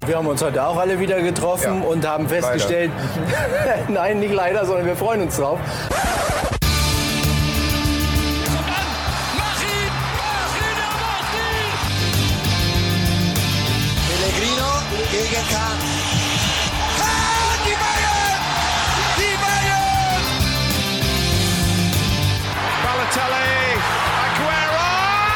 Wir haben uns heute auch alle wieder getroffen und haben festgestellt, nein, nicht leider, sondern wir freuen uns drauf. Pellegrino gegen Kahn. Die Bayern! Die Bayern! Balotelli, Aguero!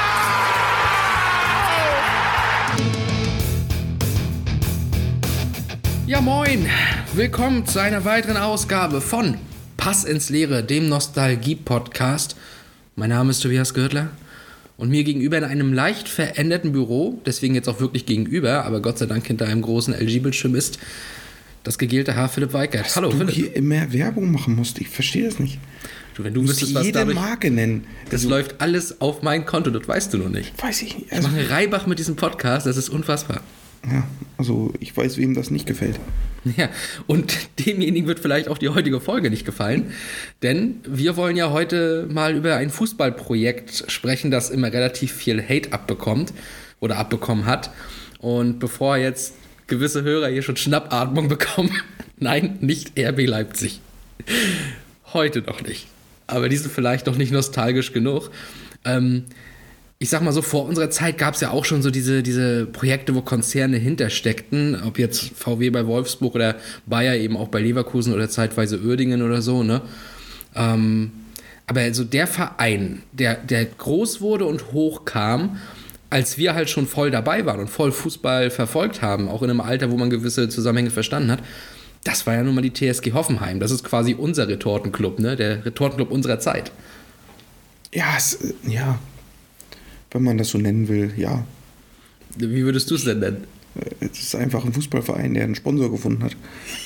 Ja moin, willkommen zu einer weiteren Ausgabe von Pass ins Leere, dem Nostalgie-Podcast. Mein Name ist Tobias Gürtler und mir gegenüber in einem leicht veränderten Büro, deswegen jetzt auch wirklich gegenüber, aber Gott sei Dank hinter einem großen LG-Bildschirm ist das gegelte Haar Philipp Weikert. Hallo Philipp. Du hier immer Werbung machen musst, ich verstehe das nicht. Du, wenn du wüsstest, was jede dadurch... Marke nennen. Das läuft alles auf mein Konto, das weißt du noch nicht. Weiß ich nicht. Ich mache Reibach mit diesem Podcast, das ist unfassbar. Ja, also ich weiß, wem das nicht gefällt. Ja, und demjenigen wird vielleicht auch die heutige Folge nicht gefallen, denn wir wollen ja heute mal über ein Fußballprojekt sprechen, das immer relativ viel Hate abbekommt oder abbekommen hat. Und bevor jetzt gewisse Hörer hier schon Schnappatmung bekommen, nein, nicht RB Leipzig. Heute noch nicht. Aber die sind vielleicht noch nicht nostalgisch genug. Ich sag mal so, vor unserer Zeit gab es ja auch schon so diese Projekte, wo Konzerne hintersteckten, ob jetzt VW bei Wolfsburg oder Bayer eben auch bei Leverkusen oder zeitweise Uerdingen oder so, ne? Aber so der Verein, der groß wurde und hochkam, als wir halt schon voll dabei waren und voll Fußball verfolgt haben, auch in einem Alter, wo man gewisse Zusammenhänge verstanden hat, das war ja nun mal die TSG Hoffenheim. Das ist quasi unser Retortenclub, ne? Der Retortenclub unserer Zeit. Ja, ja. Wenn man das so nennen will, ja. Wie würdest du es denn nennen? Es ist einfach ein Fußballverein, der einen Sponsor gefunden hat.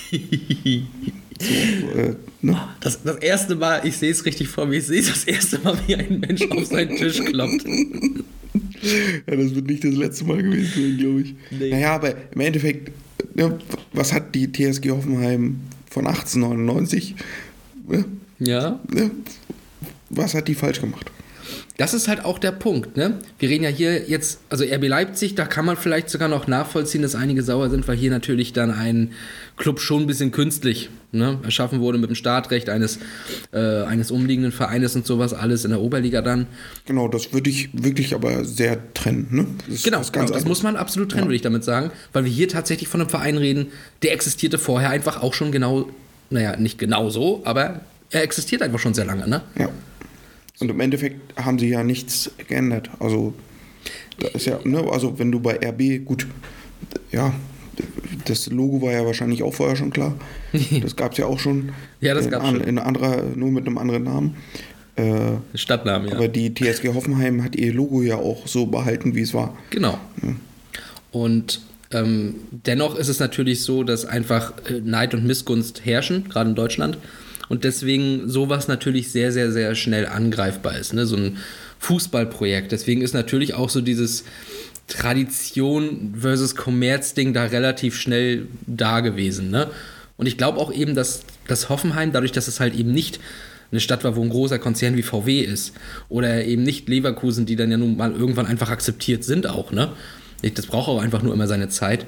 Ne? Das erste Mal, ich sehe es richtig vor mir, ich sehe das erste Mal, wie ein Mensch auf seinen Tisch kloppt. Ja, das wird nicht das letzte Mal gewesen sein, glaube ich. Nee. Naja, aber im Endeffekt, ne, was hat die TSG Hoffenheim von 1899? Ja. Ne, was hat die falsch gemacht? Das ist halt auch der Punkt, ne? Wir reden ja hier jetzt, also RB Leipzig, da kann man vielleicht sogar noch nachvollziehen, dass einige sauer sind, weil hier natürlich dann ein Club schon ein bisschen künstlich, ne, erschaffen wurde mit dem Startrecht eines umliegenden Vereines und sowas, alles in der Oberliga dann. Genau, das würde ich wirklich aber sehr trennen, ne? Das muss man absolut trennen, würde ich damit sagen, weil wir hier tatsächlich von einem Verein reden, der existierte vorher einfach auch schon genau, naja, nicht genau so, aber er existiert einfach schon sehr lange, ne? Ja. Und im Endeffekt haben sie ja nichts geändert. Also, da ist ja, ne, also wenn du bei RB, gut, ja, das Logo war ja wahrscheinlich auch vorher schon klar. Das gab es ja auch schon. Ja, das gab es schon. Nur mit einem anderen Namen. Stadtnamen, ja. Aber die TSG Hoffenheim hat ihr Logo ja auch so behalten, wie es war. Genau. Ja. Und dennoch ist es natürlich so, dass einfach Neid und Missgunst herrschen, gerade in Deutschland. Und deswegen sowas natürlich sehr, sehr, sehr schnell angreifbar ist, ne? So ein Fußballprojekt. Deswegen ist natürlich auch so dieses Tradition versus Kommerz-Ding da relativ schnell da gewesen, ne? Und ich glaube auch eben, dass Hoffenheim, dadurch, dass es halt eben nicht eine Stadt war, wo ein großer Konzern wie VW ist oder eben nicht Leverkusen, die dann ja nun mal irgendwann einfach akzeptiert sind auch, ne? Das braucht auch einfach nur immer seine Zeit.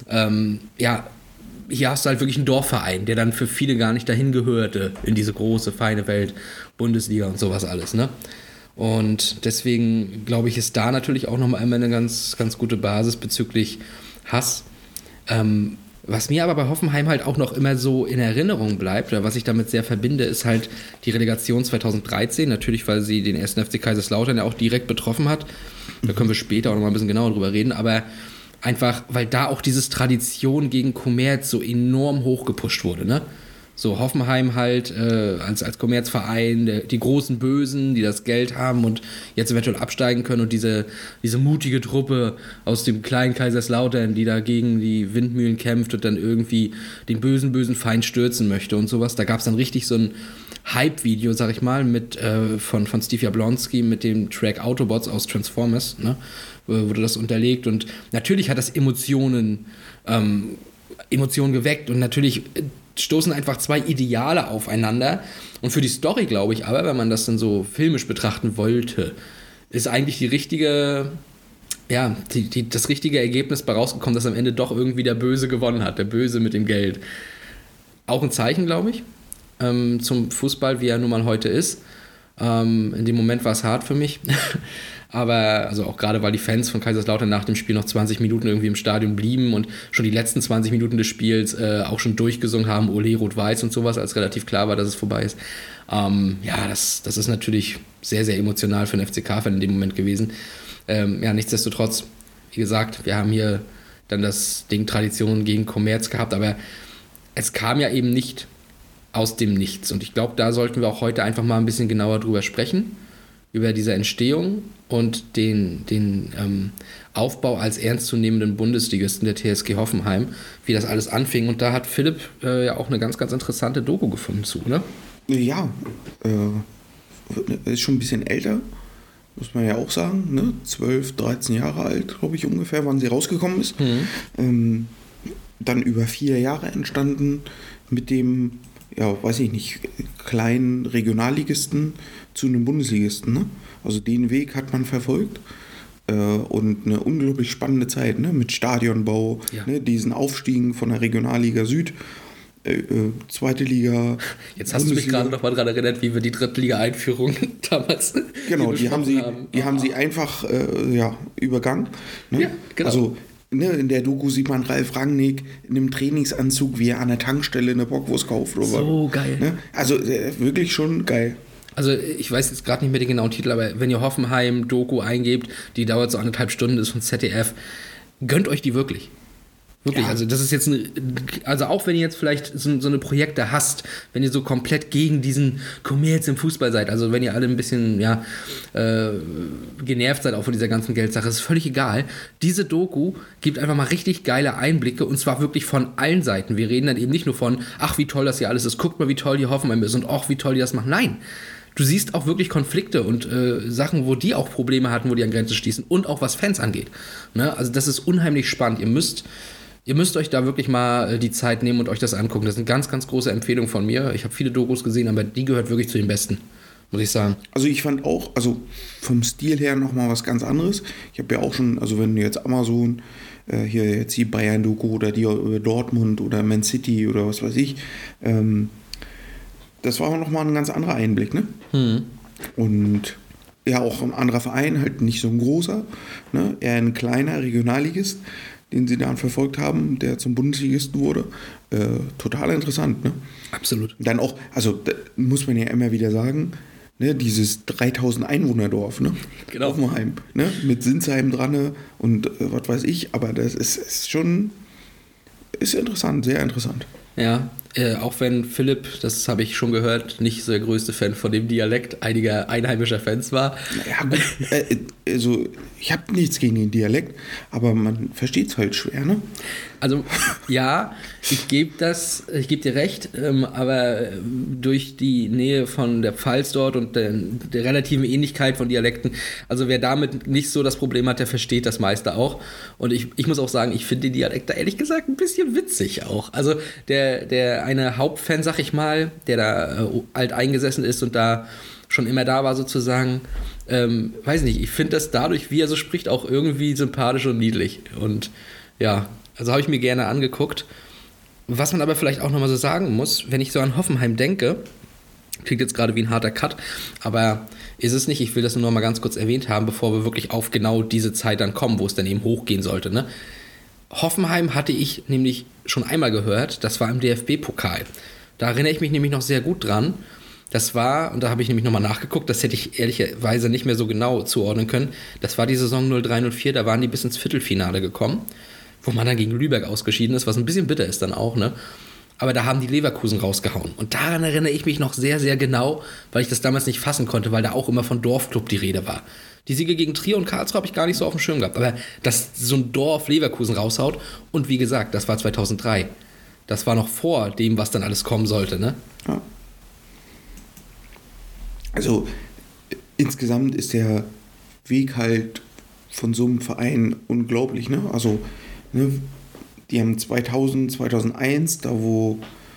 Hier hast du halt wirklich einen Dorfverein, der dann für viele gar nicht dahin gehörte, in diese große, feine Welt, Bundesliga und sowas alles, ne? Und deswegen, glaube ich, ist da natürlich auch nochmal eine ganz, ganz gute Basis bezüglich Hass. Was mir aber bei Hoffenheim halt auch noch immer so in Erinnerung bleibt, oder was ich damit sehr verbinde, ist halt die Relegation 2013, natürlich, weil sie den 1. FC Kaiserslautern ja auch direkt betroffen hat. Da können wir später auch nochmal ein bisschen genauer drüber reden, aber einfach, weil da auch dieses Tradition gegen Kommerz so enorm hochgepusht wurde, ne? So Hoffenheim halt als Kommerzverein, die großen Bösen, die das Geld haben und jetzt eventuell absteigen können und diese mutige Truppe aus dem kleinen Kaiserslautern, die da gegen die Windmühlen kämpft und dann irgendwie den bösen Feind stürzen möchte und sowas. Da gab es dann richtig so ein Hype-Video, sag ich mal, von Steve Jablonski mit dem Track Autobots aus Transformers, ne? Wurde das unterlegt und natürlich hat das Emotionen geweckt und natürlich stoßen einfach zwei Ideale aufeinander und für die Story, glaube ich, aber wenn man das dann so filmisch betrachten wollte, ist eigentlich die richtige ja, das richtige Ergebnis bei rausgekommen, dass am Ende doch irgendwie der Böse gewonnen hat, der Böse mit dem Geld. Auch ein Zeichen, glaube ich, zum Fußball, wie er nun mal heute ist. In dem Moment war es hart für mich, aber also auch gerade, weil die Fans von Kaiserslautern nach dem Spiel noch 20 Minuten irgendwie im Stadion blieben und schon die letzten 20 Minuten des Spiels auch schon durchgesungen haben, Ole, Rot-Weiß und sowas, als relativ klar war, dass es vorbei ist. Ja, das ist natürlich sehr, sehr emotional für einen FCK-Fan in dem Moment gewesen. Ja, nichtsdestotrotz, wie gesagt, wir haben hier dann das Ding Tradition gegen Kommerz gehabt, aber es kam ja eben nicht aus dem Nichts. Und ich glaube, da sollten wir auch heute einfach mal ein bisschen genauer drüber sprechen, über diese Entstehung und den Aufbau als ernstzunehmenden Bundesligisten der TSG Hoffenheim, wie das alles anfing. Und da hat Philipp ja auch eine ganz, ganz interessante Doku gefunden zu, ne? Ja, ist schon ein bisschen älter, muss man ja auch sagen, ne? 12, 13 Jahre alt, glaube ich ungefähr, wann sie rausgekommen ist. Dann über 4 Jahre entstanden mit dem, ja, weiß ich nicht, kleinen Regionalligisten zu einem Bundesligisten. Ne? Also den Weg hat man verfolgt und eine unglaublich spannende Zeit, ne? Mit Stadionbau, ne? Diesen Aufstiegen von der Regionalliga Süd, zweite Liga. Jetzt hast du mich gerade noch mal daran erinnert, wie wir die Drittliga-Einführung damals. Genau, die haben sie einfach übergangen. Ne? Ja, genau. Also in der Doku sieht man Ralf Rangnick in einem Trainingsanzug, wie er an der Tankstelle eine Bockwurst kauft. Oder so geil. Ne? Also wirklich schon geil. Also ich weiß jetzt gerade nicht mehr den genauen Titel, aber wenn ihr Hoffenheim-Doku eingebt, die dauert so 1,5 Stunden, ist von ZDF, gönnt euch die wirklich. Wirklich, ja. Also das ist jetzt also auch wenn ihr jetzt vielleicht so eine Projekte hasst, wenn ihr so komplett gegen diesen Kommerz im Fußball seid, also wenn ihr alle ein bisschen genervt seid auch von dieser ganzen Geldsache, ist völlig egal. Diese Doku gibt einfach mal richtig geile Einblicke und zwar wirklich von allen Seiten. Wir reden dann eben nicht nur von, ach wie toll das hier alles ist, guckt mal wie toll die Hoffenheim ist und ach wie toll die das machen. Nein, du siehst auch wirklich Konflikte und Sachen, wo die auch Probleme hatten, wo die an Grenzen stießen und auch was Fans angeht. Ne? Also das ist unheimlich spannend. Ihr müsst euch da wirklich mal die Zeit nehmen und euch das angucken. Das ist eine ganz, ganz große Empfehlung von mir. Ich habe viele Dokus gesehen, aber die gehört wirklich zu den besten, muss ich sagen. Also ich fand auch, also vom Stil her nochmal was ganz anderes. Ich habe ja auch schon, also wenn du jetzt Amazon, hier jetzt die Bayern-Doku oder die über Dortmund oder Man City oder was weiß ich, das war auch nochmal ein ganz anderer Einblick, ne? Und ja, auch ein anderer Verein, halt nicht so ein großer, ne? Eher ein kleiner Regionalligist, den sie dann verfolgt haben, der zum Bundesligisten wurde. Total interessant, ne? Absolut. Dann auch, also da muss man ja immer wieder sagen, ne, dieses 3000 Einwohnerdorf, ne? Genau. Hoffenheim, ne? Mit Sinsheim dran und was weiß ich, aber das ist schon, ist interessant, sehr interessant. Ja, auch wenn Philipp, das habe ich schon gehört, nicht so der größte Fan von dem Dialekt einiger einheimischer Fans war. Ja, gut, also ich habe nichts gegen den Dialekt, aber man versteht es halt schwer, ne? Also ja, ich gebe dir recht, aber durch die Nähe von der Pfalz dort und der relativen Ähnlichkeit von Dialekten, also wer damit nicht so das Problem hat, der versteht das meiste auch. Und ich muss auch sagen, ich finde die Dialekte ehrlich gesagt ein bisschen witzig auch. Also der eine Hauptfan, sag ich mal, der da alt eingesessen ist und da schon immer da war sozusagen, weiß nicht, ich finde das dadurch, wie er so spricht, auch irgendwie sympathisch und niedlich. Und ja, also habe ich mir gerne angeguckt. Was man aber vielleicht auch nochmal so sagen muss, wenn ich so an Hoffenheim denke, klingt jetzt gerade wie ein harter Cut, aber ist es nicht, ich will das nur noch mal ganz kurz erwähnt haben, bevor wir wirklich auf genau diese Zeit dann kommen, wo es dann eben hochgehen sollte, ne? Hoffenheim hatte ich nämlich schon einmal gehört, das war im DFB-Pokal. Da erinnere ich mich nämlich noch sehr gut dran. Das war, und da habe ich nämlich nochmal nachgeguckt, das hätte ich ehrlicherweise nicht mehr so genau zuordnen können, das war die Saison 03/04, da waren die bis ins Viertelfinale gekommen, wo man dann gegen Lübeck ausgeschieden ist, was ein bisschen bitter ist dann auch, ne? Aber da haben die Leverkusen rausgehauen. Und daran erinnere ich mich noch sehr, sehr genau, weil ich das damals nicht fassen konnte, weil da auch immer von Dorfclub die Rede war. Die Siege gegen Trier und Karlsruhe habe ich gar nicht so auf dem Schirm gehabt. Aber dass so ein Dorf Leverkusen raushaut, und wie gesagt, das war 2003. Das war noch vor dem, was dann alles kommen sollte, ne? Ja. Also insgesamt ist der Weg halt von so einem Verein unglaublich, ne? Also, ne, die haben 2000, 2001, da wo,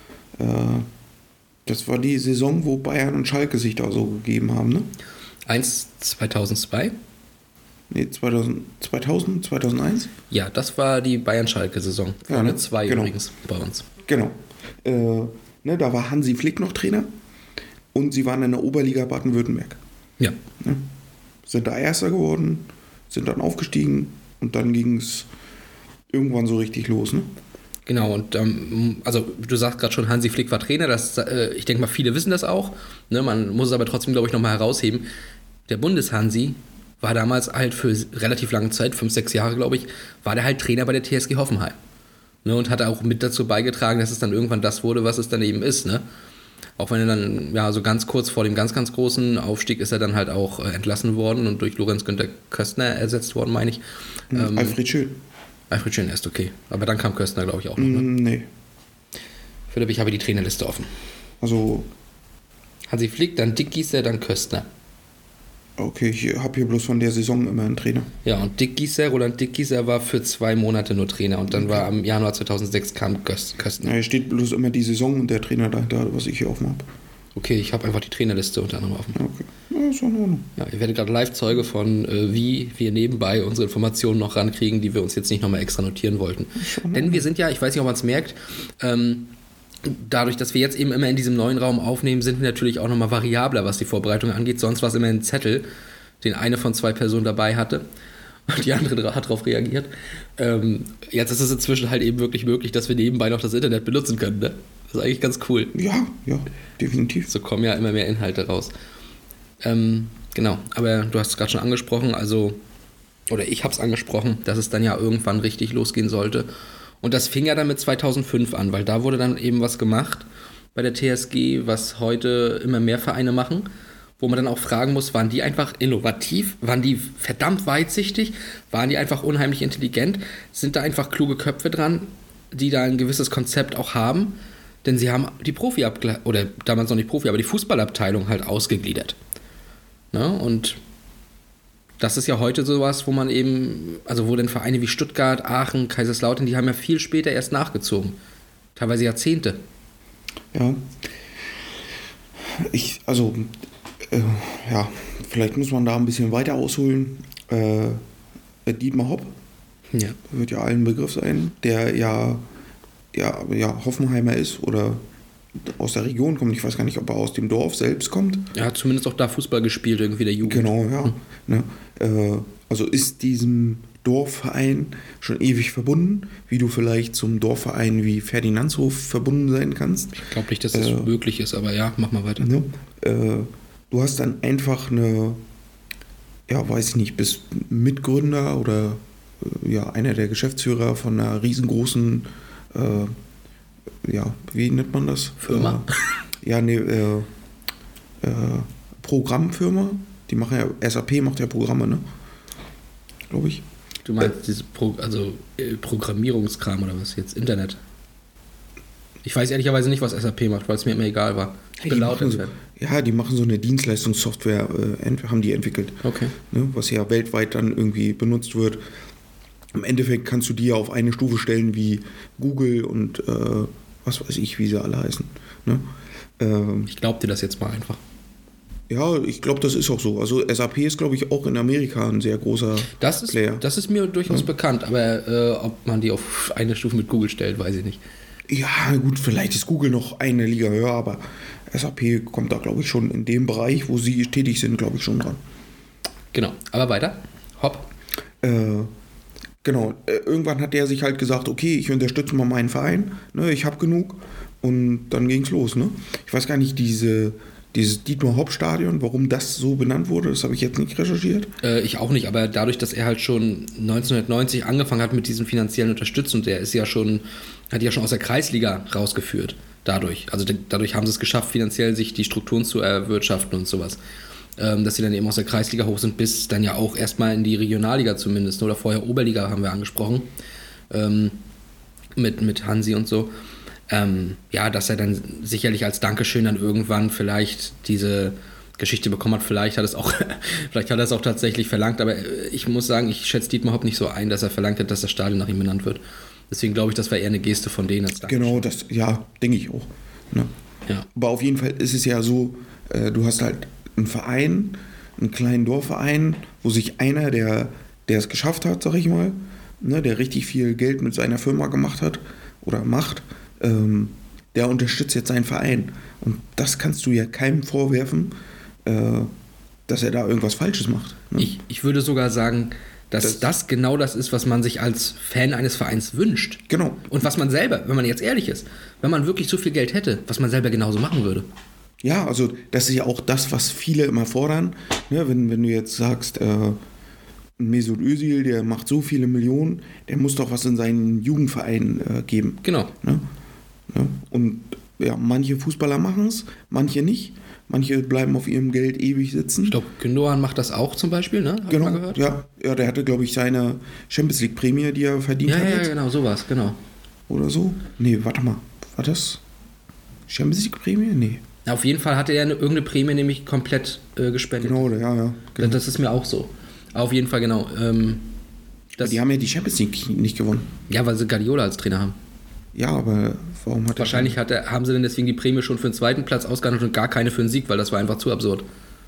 das war die Saison, wo Bayern und Schalke sich da so gegeben haben, ne? 2002? Nee, 2001? Ja, das war die Bayern-Schalke-Saison. Ja, ne? 2 Genau. übrigens bei uns. Genau. Da war Hansi Flick noch Trainer und sie waren in der Oberliga Baden-Württemberg. Ja. Ne? Sind da Erster geworden, sind dann aufgestiegen und dann ging es irgendwann so richtig los. Ne? Genau, und also du sagst gerade schon, Hansi Flick war Trainer, ich denke mal, viele wissen das auch. Ne? Man muss es aber trotzdem, glaube ich, nochmal herausheben. Der Bundeshansi war damals halt für relativ lange Zeit, 5-6 Jahre, glaube ich, war der halt Trainer bei der TSG Hoffenheim. Ne? Und hat auch mit dazu beigetragen, dass es dann irgendwann das wurde, was es dann eben ist. Ne? Auch wenn er dann, ja, so ganz kurz vor dem ganz, ganz großen Aufstieg ist er dann halt auch entlassen worden und durch Lorenz Günther Köstner ersetzt worden, meine ich. Alfred Schön. Alfred Schön erst, okay. Aber dann kam Köstner, glaube ich, auch noch. Ne? Nee. Philipp, ich habe die Trainerliste offen. Also, Hansi Flick, dann Dick Gießer, dann Köstner. okay, ich habe hier bloß von der Saison immer einen Trainer. Ja, und Roland Dick Gießer war für 2 Monate nur Trainer und dann war am Januar 2006 kam Köstner. Ja, hier steht bloß immer die Saison und der Trainer dahinter, was ich hier offen habe. Okay, ich habe einfach die Trainerliste unter anderem offen. Okay, ja, ist in Ordnung. Ja, ihr werdet gerade Live-Zeuge von, wie wir nebenbei unsere Informationen noch rankriegen, die wir uns jetzt nicht nochmal extra notieren wollten. Denn wir sind ja, ich weiß nicht, ob man es merkt, dadurch, dass wir jetzt eben immer in diesem neuen Raum aufnehmen, sind wir natürlich auch nochmal variabler, was die Vorbereitung angeht. Sonst war es immer ein Zettel, den eine von 2 Personen dabei hatte und die andere hat darauf reagiert. Jetzt ist es inzwischen halt eben wirklich möglich, dass wir nebenbei noch das Internet benutzen können. Ne? Das ist eigentlich ganz cool. Ja, definitiv. So kommen ja immer mehr Inhalte raus. Genau, aber du hast es gerade schon angesprochen, oder ich habe es angesprochen, dass es dann ja irgendwann richtig losgehen sollte. Und das fing ja dann mit 2005 an, weil da wurde dann eben was gemacht bei der TSG, was heute immer mehr Vereine machen, wo man dann auch fragen muss, waren die einfach innovativ, waren die verdammt weitsichtig, waren die einfach unheimlich intelligent, sind da einfach kluge Köpfe dran, die da ein gewisses Konzept auch haben, denn sie haben die oder damals noch nicht Profi, aber die Fußballabteilung halt ausgegliedert. Ne? Und das ist ja heute sowas, wo man eben, also wo dann Vereine wie Stuttgart, Aachen, Kaiserslautern, die haben ja viel später erst nachgezogen. Teilweise Jahrzehnte. Ja. Vielleicht muss man da ein bisschen weiter ausholen. Dietmar Hopp, Ja. wird ja allen Begriff sein, der ja Hoffenheimer ist oder aus der Region kommt. Ich weiß gar nicht, ob er aus dem Dorf selbst kommt. Er hat zumindest auch da Fußball gespielt, irgendwie der Jugend. Genau, ja. Ne? Also ist diesem Dorfverein schon ewig verbunden, wie du vielleicht zum Dorfverein wie Ferdinandshof verbunden sein kannst. Ich glaube nicht, dass das möglich ist, aber ja, mach mal weiter. Ne? Du hast dann einfach bist Mitgründer oder einer der Geschäftsführer von einer riesengroßen, wie nennt man das? Firma? Programmfirma. Die machen ja, SAP macht ja Programme, ne? Glaube ich. Du meinst diese Programmierungskram oder was jetzt? Internet? Ich weiß ehrlicherweise nicht, was SAP macht, weil es mir immer egal war. Ich bin laut entfernt. Die machen so eine Dienstleistungssoftware, haben die entwickelt. Okay. Ne, was ja weltweit dann irgendwie benutzt wird. Im Endeffekt kannst du die ja auf eine Stufe stellen wie Google und was weiß ich, wie sie alle heißen. Ne? Ich glaube dir das jetzt mal einfach. Ja, ich glaube, das ist auch so. Also SAP ist, glaube ich, auch in Amerika ein sehr großer Player. Das ist mir durchaus bekannt, aber ob man die auf eine Stufe mit Google stellt, weiß ich nicht. Ja, gut, vielleicht ist Google noch eine Liga höher, aber SAP kommt da, glaube ich, schon in dem Bereich, wo sie tätig sind, glaube ich, schon dran. Genau, aber weiter. Hopp. Genau, irgendwann hat der sich halt gesagt, okay, ich unterstütze mal meinen Verein, ne, ich habe genug und dann ging's los. Ne? Ich weiß gar nicht, dieses Dietmar-Hopp-Stadion, warum das so benannt wurde, das habe ich jetzt nicht recherchiert. Ich auch nicht, aber dadurch, dass er halt schon 1990 angefangen hat mit diesen finanziellen Unterstützung, hat ja schon aus der Kreisliga rausgeführt. Dadurch haben sie es geschafft, finanziell sich die Strukturen zu erwirtschaften und sowas. Dass sie dann eben aus der Kreisliga hoch sind, bis dann ja auch erstmal in die Regionalliga zumindest, oder vorher Oberliga haben wir angesprochen, mit Hansi und so. Dass er dann sicherlich als Dankeschön dann irgendwann vielleicht diese Geschichte bekommen hat. Vielleicht hat er es auch tatsächlich verlangt, aber ich muss sagen, ich schätze Dietmar Hopp nicht so ein, dass er verlangt hat, dass das Stadion nach ihm benannt wird. Deswegen glaube ich, das war eher eine Geste von denen als Dankeschön. Genau, das, denke ich auch. Ne? Ja. Aber auf jeden Fall ist es ja so, du hast halt einen Verein, einen kleinen Dorfverein, wo sich einer, der es geschafft hat, sag ich mal, ne, der richtig viel Geld mit seiner Firma gemacht hat oder macht, der unterstützt jetzt seinen Verein. Und das kannst du ja keinem vorwerfen, dass er da irgendwas Falsches macht. Ne? Ich würde sogar sagen, dass das genau das ist, was man sich als Fan eines Vereins wünscht. Genau. Und was man selber, wenn man jetzt ehrlich ist, wenn man wirklich so viel Geld hätte, was man selber genauso machen würde. Ja, also das ist ja auch das, was viele immer fordern. Ne? Wenn du jetzt sagst, Mesut Özil, der macht so viele Millionen, der muss doch was in seinen Jugendverein geben. Genau. Ne? Ja, und ja, manche Fußballer machen es, manche nicht. Manche bleiben auf ihrem Geld ewig sitzen. Ich glaube, Gündogan macht das auch zum Beispiel, ne? Hab genau, ich mal gehört? Ja, der hatte, glaube ich, seine Champions-League-Prämie, die er verdient hat. Ja, genau, sowas, genau. Oder so? Nee, warte mal. War das Champions-League-Prämie? Nee. Ja, auf jeden Fall hatte er irgendeine Prämie nämlich komplett gespendet. Genau, ja. Genau. Das ist mir auch so. Auf jeden Fall, genau. Die haben ja die Champions League nicht gewonnen. Ja, weil sie Guardiola als Trainer haben. Ja, aber warum hat Wahrscheinlich haben sie denn deswegen die Prämie schon für den zweiten Platz ausgehandelt und gar keine für den Sieg, weil das war einfach zu absurd.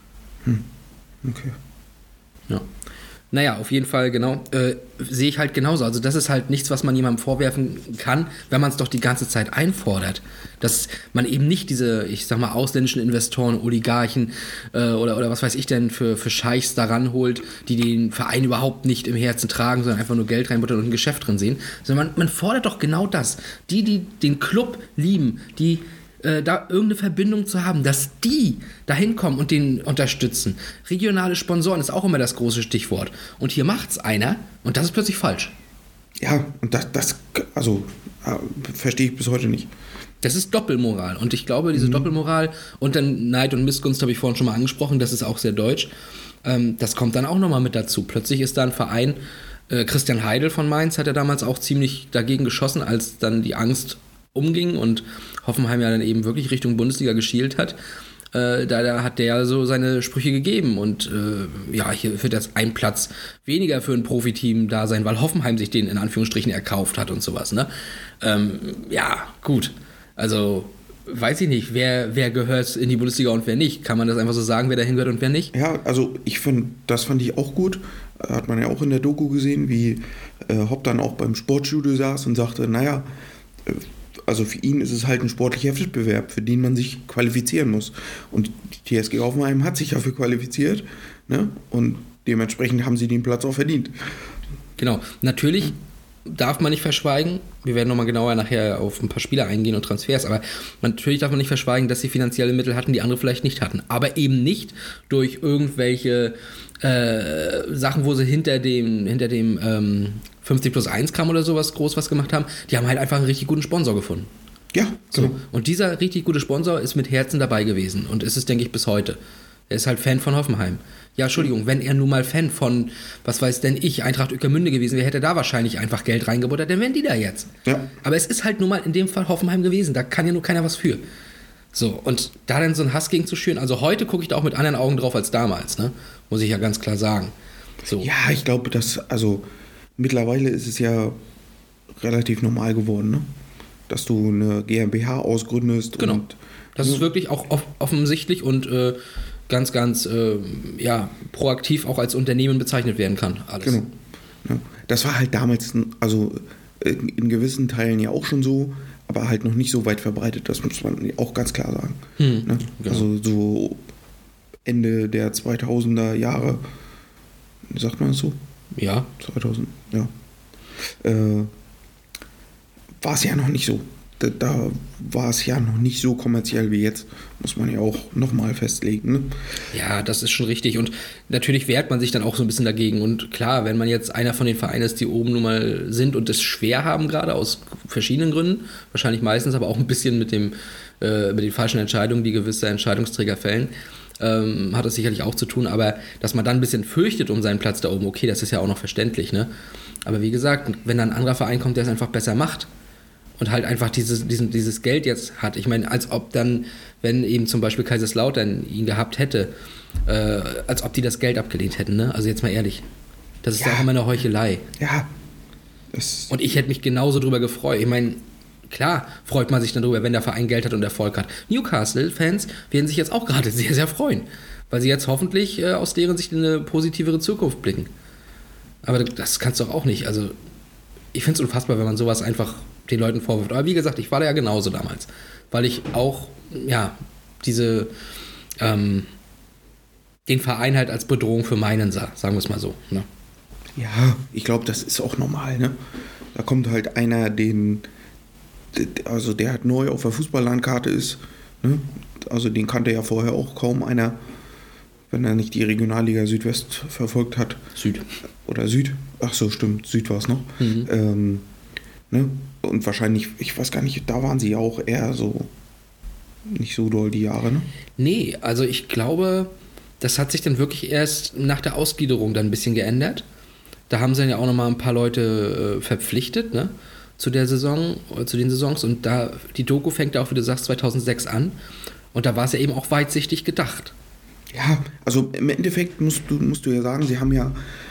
Okay. Ja. Naja, auf jeden Fall, genau. Sehe ich halt genauso. Also das ist halt nichts, was man jemandem vorwerfen kann, wenn man es doch die ganze Zeit einfordert. Dass man eben nicht diese, ich sag mal, ausländischen Investoren, Oligarchen oder was weiß ich denn für Scheichs da ranholt, die den Verein überhaupt nicht im Herzen tragen, sondern einfach nur Geld reinbuttern und ein Geschäft drin sehen. Sondern man fordert doch genau das. Die den Club lieben, die da irgendeine Verbindung zu haben, dass die da hinkommen und den unterstützen. Regionale Sponsoren ist auch immer das große Stichwort. Und hier macht's einer und das ist plötzlich falsch. Ja, und das verstehe ich bis heute nicht. Das ist Doppelmoral. Und ich glaube, diese Doppelmoral und dann Neid und Missgunst habe ich vorhin schon mal angesprochen, das ist auch sehr deutsch. Das kommt dann auch nochmal mit dazu. Plötzlich ist da ein Verein, Christian Heidel von Mainz hat ja damals auch ziemlich dagegen geschossen, als dann die Angst umging und Hoffenheim ja dann eben wirklich Richtung Bundesliga geschielt hat. Da hat der so seine Sprüche gegeben und hier wird jetzt ein Platz weniger für ein Profiteam da sein, weil Hoffenheim sich den in Anführungsstrichen erkauft hat und sowas. Ne? Gut. Also weiß ich nicht, wer gehört in die Bundesliga und wer nicht. Kann man das einfach so sagen, wer dahin gehört und wer nicht? Ja, also das fand ich auch gut. Hat man ja auch in der Doku gesehen, wie Hopp dann auch beim Sportstudio saß und sagte, naja, also für ihn ist es halt ein sportlicher Wettbewerb, für den man sich qualifizieren muss. Und die TSG Hoffenheim hat sich dafür qualifiziert, ne? Und dementsprechend haben sie den Platz auch verdient. Genau. Natürlich darf man nicht verschweigen, wir werden nochmal genauer nachher auf ein paar Spieler eingehen und Transfers, aber natürlich darf man nicht verschweigen, dass sie finanzielle Mittel hatten, die andere vielleicht nicht hatten. Aber eben nicht durch irgendwelche Sachen, wo sie hinter dem 50+1 Gramm oder sowas groß was gemacht haben. Die haben halt einfach einen richtig guten Sponsor gefunden. Ja, so. Und dieser richtig gute Sponsor ist mit Herzen dabei gewesen und ist es, denke ich, bis heute. Er ist halt Fan von Hoffenheim. Ja, Entschuldigung, wenn er nun mal Fan von, was weiß denn ich, Eintracht Ueckermünde gewesen wäre, hätte er da wahrscheinlich einfach Geld reingebuttert, dann wären die da jetzt. Ja. Aber es ist halt nun mal in dem Fall Hoffenheim gewesen, da kann ja nur keiner was für. So, und da dann so einen Hass gegen zu schüren, also heute gucke ich da auch mit anderen Augen drauf als damals, ne? Muss ich ja ganz klar sagen. So. Ja, ich glaube, mittlerweile ist es ja relativ normal geworden, ne? Dass du eine GmbH ausgründest. Genau. Und das ist wirklich auch offensichtlich und ganz proaktiv auch als Unternehmen bezeichnet werden kann. Alles. Genau. Ja. Das war halt damals, also in gewissen Teilen ja auch schon so, aber halt noch nicht so weit verbreitet, das muss man auch ganz klar sagen. Ne? Genau. Also so Ende der 2000er Jahre, sagt man das so? Ja. 2000, ja. War es ja noch nicht so. Da war es ja noch nicht so kommerziell wie jetzt, muss man ja auch nochmal festlegen. Ne? Ja, das ist schon richtig und natürlich wehrt man sich dann auch so ein bisschen dagegen und klar, wenn man jetzt einer von den Vereinen ist, die oben nun mal sind und es schwer haben gerade aus verschiedenen Gründen, wahrscheinlich meistens aber auch ein bisschen mit den falschen Entscheidungen, die gewisse Entscheidungsträger fällen, hat das sicherlich auch zu tun, aber dass man dann ein bisschen fürchtet um seinen Platz da oben, okay, das ist ja auch noch verständlich, ne? Aber wie gesagt, wenn dann ein anderer Verein kommt, der es einfach besser macht, und halt einfach dieses Geld jetzt hat. Ich meine, als ob dann, wenn eben zum Beispiel Kaiserslautern ihn gehabt hätte, als ob die das Geld abgelehnt hätten, ne? Also jetzt mal ehrlich. Das ist ja auch immer eine Heuchelei. Ja. Und ich hätte mich genauso drüber gefreut. Ich meine, klar freut man sich dann darüber, wenn der Verein Geld hat und Erfolg hat. Newcastle-Fans werden sich jetzt auch gerade sehr, sehr freuen, weil sie jetzt hoffentlich aus deren Sicht in eine positivere Zukunft blicken. Aber das kannst du doch auch nicht. Also ich finde es unfassbar, wenn man sowas einfach den Leuten vorwirft. Aber wie gesagt, ich war da ja genauso damals, weil ich auch, den Verein halt als Bedrohung für meinen sah, sagen wir es mal so. Ne? Ja, ich glaube, das ist auch normal, ne? Da kommt halt einer, der halt neu auf der Fußballlandkarte ist, ne? Also den kannte ja vorher auch kaum einer, wenn er nicht die Regionalliga Südwest verfolgt hat. Süd. Oder Süd. Ach so, stimmt, Süd war es noch. Mhm. Ne? Und wahrscheinlich, ich weiß gar nicht, da waren sie ja auch eher so nicht so doll die Jahre, ne? Nee, also ich glaube, das hat sich dann wirklich erst nach der Ausgliederung dann ein bisschen geändert. Da haben sie dann ja auch nochmal ein paar Leute verpflichtet, ne? Zu der Saison, zu den Saisons. Und da, die Doku fängt ja auch, wie du sagst, 2006 an. Und da war es ja eben auch weitsichtig gedacht. Ja, also im Endeffekt musst du ja sagen, sie haben ja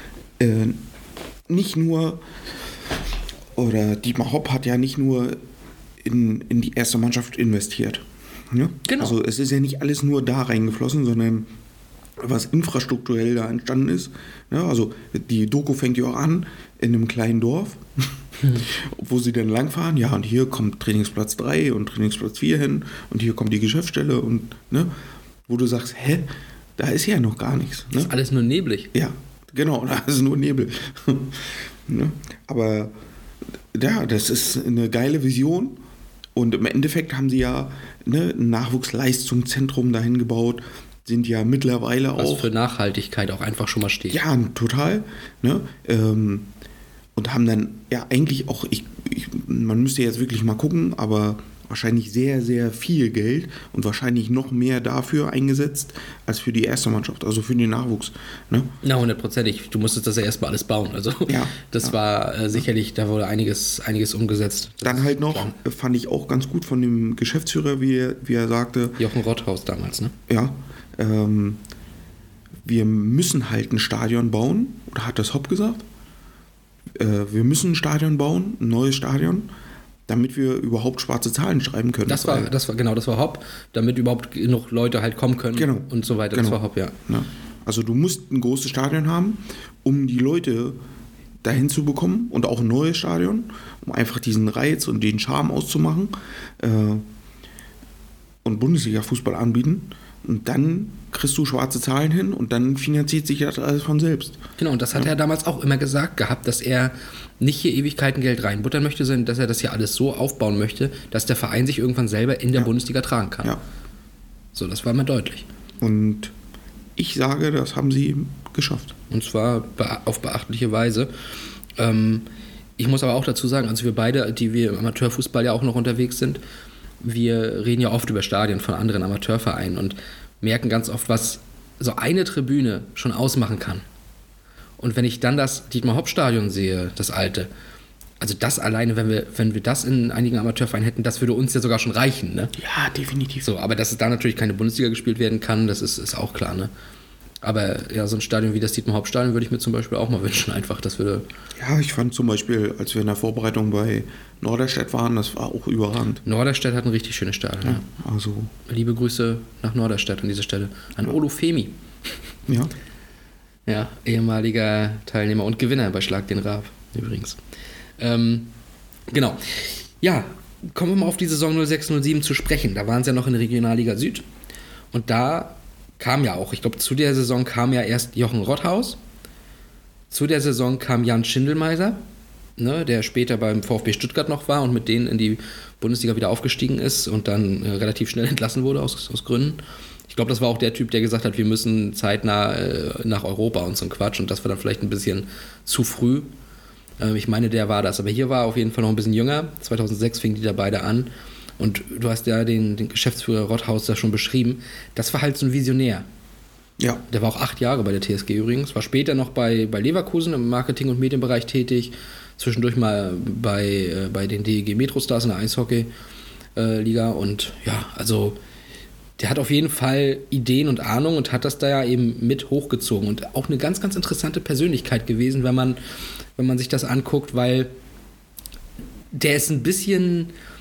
nicht nur, oder Dietmar Hopp hat ja nicht nur in die erste Mannschaft investiert. Ne? Genau. Also es ist ja nicht alles nur da reingeflossen, sondern was infrastrukturell da entstanden ist. Ne? Also die Doku fängt ja auch an in einem kleinen Dorf, wo sie dann langfahren. Ja, und hier kommt Trainingsplatz 3 und Trainingsplatz 4 hin und hier kommt die Geschäftsstelle und ne? Wo du sagst, da ist ja noch gar nichts. Ne? Das ist alles nur neblig. Ja, genau, da ist nur Nebel. Ne? Aber ja, das ist eine geile Vision. Und im Endeffekt haben sie ja ein Nachwuchsleistungszentrum dahin gebaut, sind ja mittlerweile auch... Was für Nachhaltigkeit auch einfach schon mal steht. Ja, total. Ne? Und haben dann ja eigentlich auch, man müsste jetzt wirklich mal gucken, aber wahrscheinlich sehr, sehr viel Geld und wahrscheinlich noch mehr dafür eingesetzt als für die erste Mannschaft, also für den Nachwuchs. Ne? Na, 100%. Du musstest das ja erstmal alles bauen. Also ja, das war sicherlich, da wurde einiges umgesetzt. Dann halt noch, fand ich auch ganz gut von dem Geschäftsführer, wie er sagte. Jochen Rotthaus damals, ne? Ja, wir müssen halt ein Stadion bauen, oder hat das Hopp gesagt? Wir müssen ein Stadion bauen, ein neues Stadion, damit wir überhaupt schwarze Zahlen schreiben können. Das war Hopp, damit überhaupt genug Leute halt kommen können, genau, und so weiter. Genau. Das war Hopp, ja. Also du musst ein großes Stadion haben, um die Leute dahin zu bekommen und auch ein neues Stadion, um einfach diesen Reiz und den Charme auszumachen und Bundesliga-Fußball anbieten. Und dann kriegst du schwarze Zahlen hin und dann finanziert sich das alles von selbst. Genau, und das hat er damals auch immer gesagt gehabt, dass er nicht hier Ewigkeiten Geld reinbuttern möchte, sondern dass er das hier alles so aufbauen möchte, dass der Verein sich irgendwann selber in der Bundesliga tragen kann. Ja. So, das war immer deutlich. Und ich sage, das haben sie geschafft. Und zwar auf beachtliche Weise. Ich muss aber auch dazu sagen, also wir beide, die wir im Amateurfußball ja auch noch unterwegs sind, wir reden ja oft über Stadien von anderen Amateurvereinen und merken ganz oft, was so eine Tribüne schon ausmachen kann. Und wenn ich dann das Dietmar-Hopp-Stadion sehe, das alte, also das alleine, wenn wir das in einigen Amateurvereinen hätten, das würde uns ja sogar schon reichen, ne? Ja, definitiv. So, aber dass es da natürlich keine Bundesliga gespielt werden kann, das ist auch klar, ne? Aber ja, so ein Stadion wie das Dietmar-Hopp-Stadion würde ich mir zum Beispiel auch mal wünschen, einfach. Das würde. Ja, ich fand zum Beispiel, als wir in der Vorbereitung bei Norderstedt waren, das war auch überragend. Norderstedt hat ein richtig schönes Stadion. Ja, also. Liebe Grüße nach Norderstedt an dieser Stelle. An Olufemi. Ja. Ja, ehemaliger Teilnehmer und Gewinner bei Schlag den Raab, übrigens. Genau. Ja, kommen wir mal auf die Saison 06/07 zu sprechen. Da waren sie ja noch in der Regionalliga Süd. Und da kam ja auch, ich glaube, zu der Saison kam ja erst Jochen Rotthaus. Zu der Saison kam Jan Schindelmeiser, ne, der später beim VfB Stuttgart noch war und mit denen in die Bundesliga wieder aufgestiegen ist und dann relativ schnell entlassen wurde aus Gründen. Ich glaube, das war auch der Typ, der gesagt hat, wir müssen zeitnah nach Europa und so ein Quatsch. Und das war dann vielleicht ein bisschen zu früh. Ich meine, der war das. Aber hier war er auf jeden Fall noch ein bisschen jünger. 2006 fingen die da beide an. Und du hast ja den Geschäftsführer Rotthaus da schon beschrieben. Das war halt so ein Visionär. Ja. Der war auch 8 Jahre bei der TSG übrigens. War später noch bei Leverkusen im Marketing- und Medienbereich tätig. Zwischendurch mal bei den DEG Metrostars in der Eishockey-Liga. Und ja, also der hat auf jeden Fall Ideen und Ahnung und hat das da ja eben mit hochgezogen. Und auch eine ganz, ganz interessante Persönlichkeit gewesen, wenn man sich das anguckt, weil der ist ein bisschen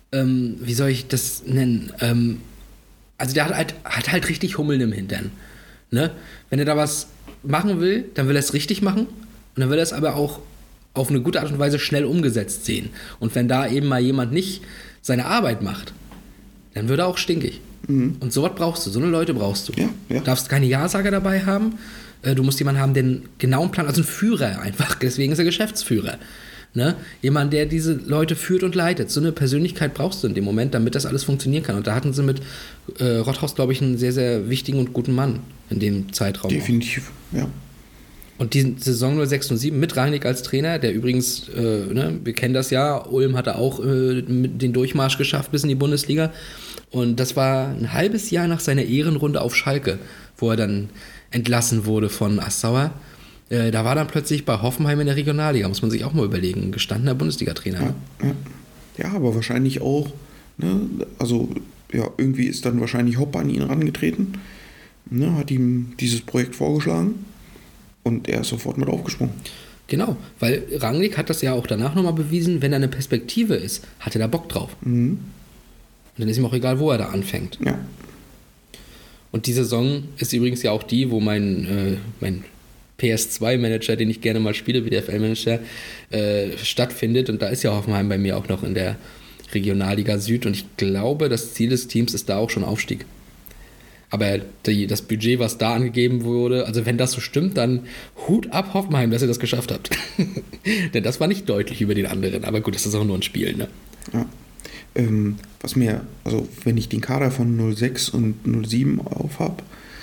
wie soll ich das nennen? Also der hat halt richtig Hummeln im Hintern. Ne? Wenn er da was machen will, dann will er es richtig machen und dann will er es aber auch auf eine gute Art und Weise schnell umgesetzt sehen. Und wenn da eben mal jemand nicht seine Arbeit macht, dann wird er auch stinkig. Und sowas brauchst du, so eine Leute brauchst du. Ja. Du darfst keine Ja-Sager dabei haben, du musst jemanden haben, der einen genauen Plan, also einen Führer einfach, deswegen ist er Geschäftsführer. Ne? Jemand, der diese Leute führt und leitet. So eine Persönlichkeit brauchst du in dem Moment, damit das alles funktionieren kann. Und da hatten sie mit Rothaus, glaube ich, einen sehr, sehr wichtigen und guten Mann in dem Zeitraum. Definitiv, ja. Und die Saison 06/07 mit Rangnick als Trainer, der übrigens, wir kennen das ja, Ulm hatte auch den Durchmarsch geschafft bis in die Bundesliga. Und das war ein halbes Jahr nach seiner Ehrenrunde auf Schalke, wo er dann entlassen wurde von Assauer. Da war dann plötzlich bei Hoffenheim in der Regionalliga, muss man sich auch mal überlegen, ein gestandener Bundesliga-Trainer. Ne? Ja, aber wahrscheinlich auch, ne, also ja, irgendwie ist dann wahrscheinlich Hopp an ihn herangetreten, ne, hat ihm dieses Projekt vorgeschlagen und er ist sofort mit aufgesprungen. Genau, weil Rangnick hat das ja auch danach nochmal bewiesen, wenn da eine Perspektive ist, hat er da Bock drauf. Und dann ist ihm auch egal, wo er da anfängt. Ja. Und die Saison ist übrigens ja auch die, wo mein PS2-Manager, den ich gerne mal spiele, wie der FL-Manager, stattfindet. Und da ist ja Hoffenheim bei mir auch noch in der Regionalliga Süd. Und ich glaube, das Ziel des Teams ist da auch schon Aufstieg. Aber das Budget, was da angegeben wurde, also wenn das so stimmt, dann Hut ab Hoffenheim, dass ihr das geschafft habt. Denn das war nicht deutlich über den anderen. Aber gut, das ist auch nur ein Spiel, ne? Ja. Was mir, also wenn ich den Kader von 06 und 07 auf habe,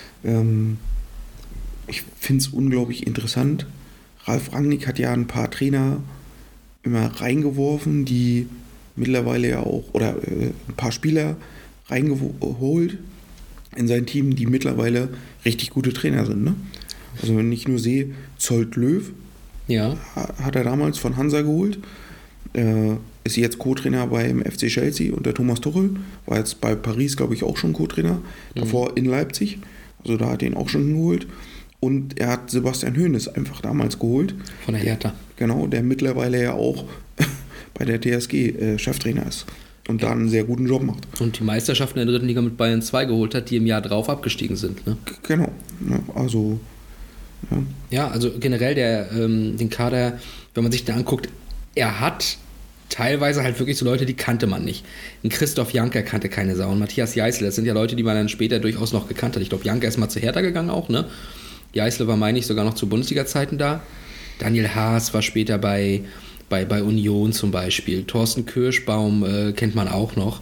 ich finde es unglaublich interessant. Ralf Rangnick hat ja ein paar Trainer immer reingeworfen, die mittlerweile ja auch, oder ein paar Spieler reingeholt in sein Team, die mittlerweile richtig gute Trainer sind. Ne? Also wenn ich nur sehe, Zolt Löw, ja, hat er damals von Hansa geholt, ist jetzt Co-Trainer beim FC Chelsea unter Thomas Tuchel, war jetzt bei Paris, glaube ich, auch schon Co-Trainer, davor in Leipzig, also da hat er ihn auch schon geholt. Und er hat Sebastian Hoeneß einfach damals geholt. Von der Hertha. Genau, der mittlerweile ja auch bei der TSG Cheftrainer ist und da einen sehr guten Job macht. Und die Meisterschaften in der dritten Liga mit Bayern 2 geholt hat, die im Jahr drauf abgestiegen sind. Ne? Genau, ja, also... Ja, also generell den Kader, wenn man sich den anguckt, er hat teilweise halt wirklich so Leute, die kannte man nicht. Ein Christoph Janker kannte keine Sau. Und Matthias Jeißle, das sind ja Leute, die man dann später durchaus noch gekannt hat. Ich glaube, Janker ist mal zu Hertha gegangen auch, ne? Jeißle war, meine ich, sogar noch zu Bundesliga-Zeiten da. Daniel Haas war später bei Union zum Beispiel. Thorsten Kirschbaum kennt man auch noch.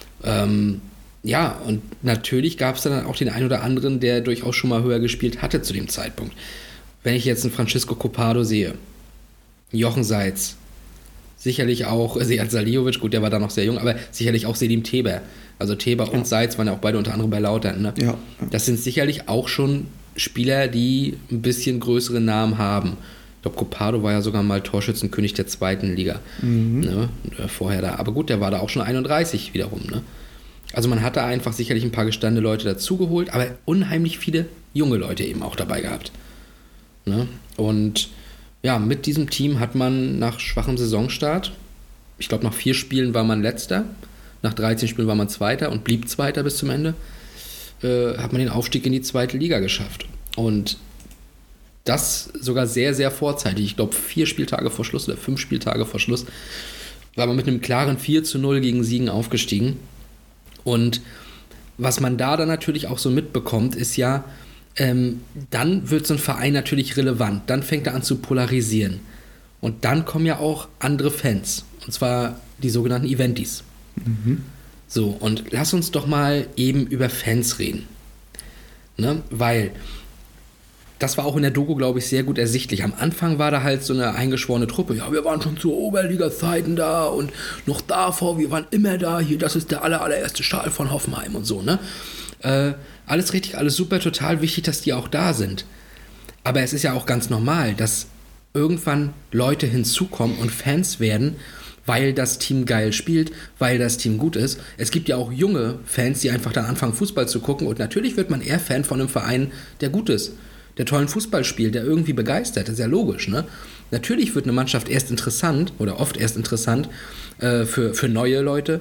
Ja, und natürlich gab es dann auch den einen oder anderen, der durchaus schon mal höher gespielt hatte zu dem Zeitpunkt. Wenn ich jetzt einen Francisco Copado sehe, Jochen Seitz, sicherlich auch Sead Saliovic, gut, der war da noch sehr jung, aber sicherlich auch Selim Teber. Also Teber und Seitz waren ja auch beide unter anderem bei Lautern. Ne? Ja. Das sind sicherlich auch schon Spieler, die ein bisschen größere Namen haben. Ich glaube, Copado war ja sogar mal Torschützenkönig der zweiten Liga. Ne? Vorher da. Aber gut, der war da auch schon 31 wiederum. Ne? Also man hatte einfach sicherlich ein paar gestandene Leute dazugeholt, aber unheimlich viele junge Leute eben auch dabei gehabt. Ne? Und ja, mit diesem Team hat man nach schwachem Saisonstart, ich glaube nach 4 Spielen war man Letzter, nach 13 Spielen war man Zweiter und blieb Zweiter bis zum Ende, hat man den Aufstieg in die zweite Liga geschafft. Und das sogar sehr, sehr vorzeitig. Ich glaube 4 Spieltage vor Schluss oder 5 Spieltage vor Schluss war man mit einem klaren 4:0 gegen Siegen aufgestiegen. Und was man da dann natürlich auch so mitbekommt, ist ja, dann wird so ein Verein natürlich relevant. Dann fängt er an zu polarisieren. Und dann kommen ja auch andere Fans. Und zwar die sogenannten Eventis. So, und lass uns doch mal eben über Fans reden. Ne? Weil das war auch in der Doku, glaube ich, sehr gut ersichtlich. Am Anfang war da halt so eine eingeschworene Truppe. Ja, wir waren schon zu Oberliga-Zeiten da und noch davor, wir waren immer da. Hier, das ist der allererste Schal von Hoffenheim und so, ne? Alles richtig, alles super, total wichtig, dass die auch da sind. Aber es ist ja auch ganz normal, dass irgendwann Leute hinzukommen und Fans werden, weil das Team geil spielt, weil das Team gut ist. Es gibt ja auch junge Fans, die einfach dann anfangen, Fußball zu gucken. Und natürlich wird man eher Fan von einem Verein, der gut ist, der tollen Fußball spielt, der irgendwie begeistert. Das ist ja logisch, ne? Natürlich wird eine Mannschaft erst interessant oder oft erst interessant für neue Leute,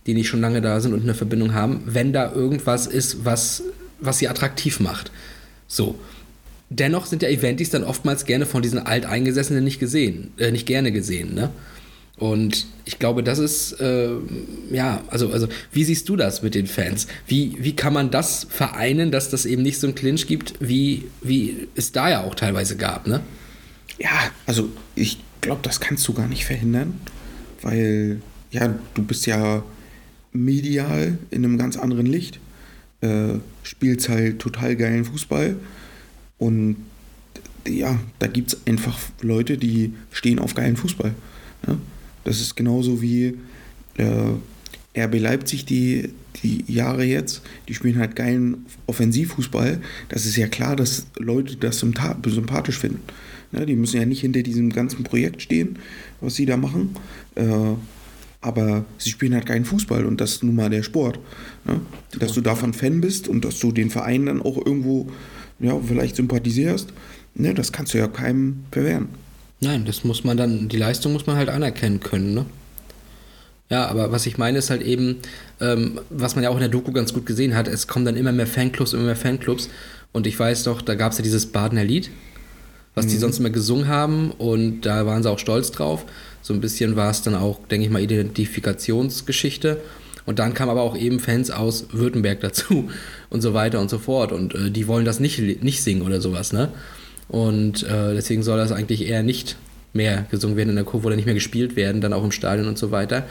die nicht schon lange da sind und eine Verbindung haben, wenn da irgendwas ist, was sie attraktiv macht. So. Dennoch sind ja Eventis dann oftmals gerne von diesen Alteingesessenen nicht gerne gesehen, ne? Und ich glaube, das ist, also wie siehst du das mit den Fans? Wie kann man das vereinen, dass das eben nicht so einen Clinch gibt, wie es da ja auch teilweise gab, ne? Ja, also ich glaube, das kannst du gar nicht verhindern, weil, ja, du bist ja medial in einem ganz anderen Licht, spielst halt total geilen Fußball und ja, da gibt es einfach Leute, die stehen auf geilen Fußball. Ja? Das ist genauso wie RB Leipzig die Jahre jetzt, die spielen halt geilen Offensivfußball. Das ist ja klar, dass Leute das sympathisch finden. Ja, die müssen ja nicht hinter diesem ganzen Projekt stehen, was sie da machen. Aber sie spielen halt keinen Fußball und das ist nun mal der Sport. Ne? Dass du davon Fan bist und dass du den Verein dann auch irgendwo vielleicht sympathisierst, ne? Das kannst du ja keinem verwehren. Nein, die Leistung muss man halt anerkennen können, ne? Ja, aber was ich meine ist halt eben, was man ja auch in der Doku ganz gut gesehen hat, es kommen dann immer mehr Fanclubs und ich weiß doch, da gab es ja dieses Badener Lied, was die sonst immer gesungen haben und da waren sie auch stolz drauf. So ein bisschen war es dann auch, denke ich mal, Identifikationsgeschichte. Und dann kamen aber auch eben Fans aus Württemberg dazu und so weiter und so fort. Und die wollen das nicht singen oder sowas, ne? Und deswegen soll das eigentlich eher nicht mehr gesungen werden in der Kurve oder nicht mehr gespielt werden, dann auch im Stadion und so weiter.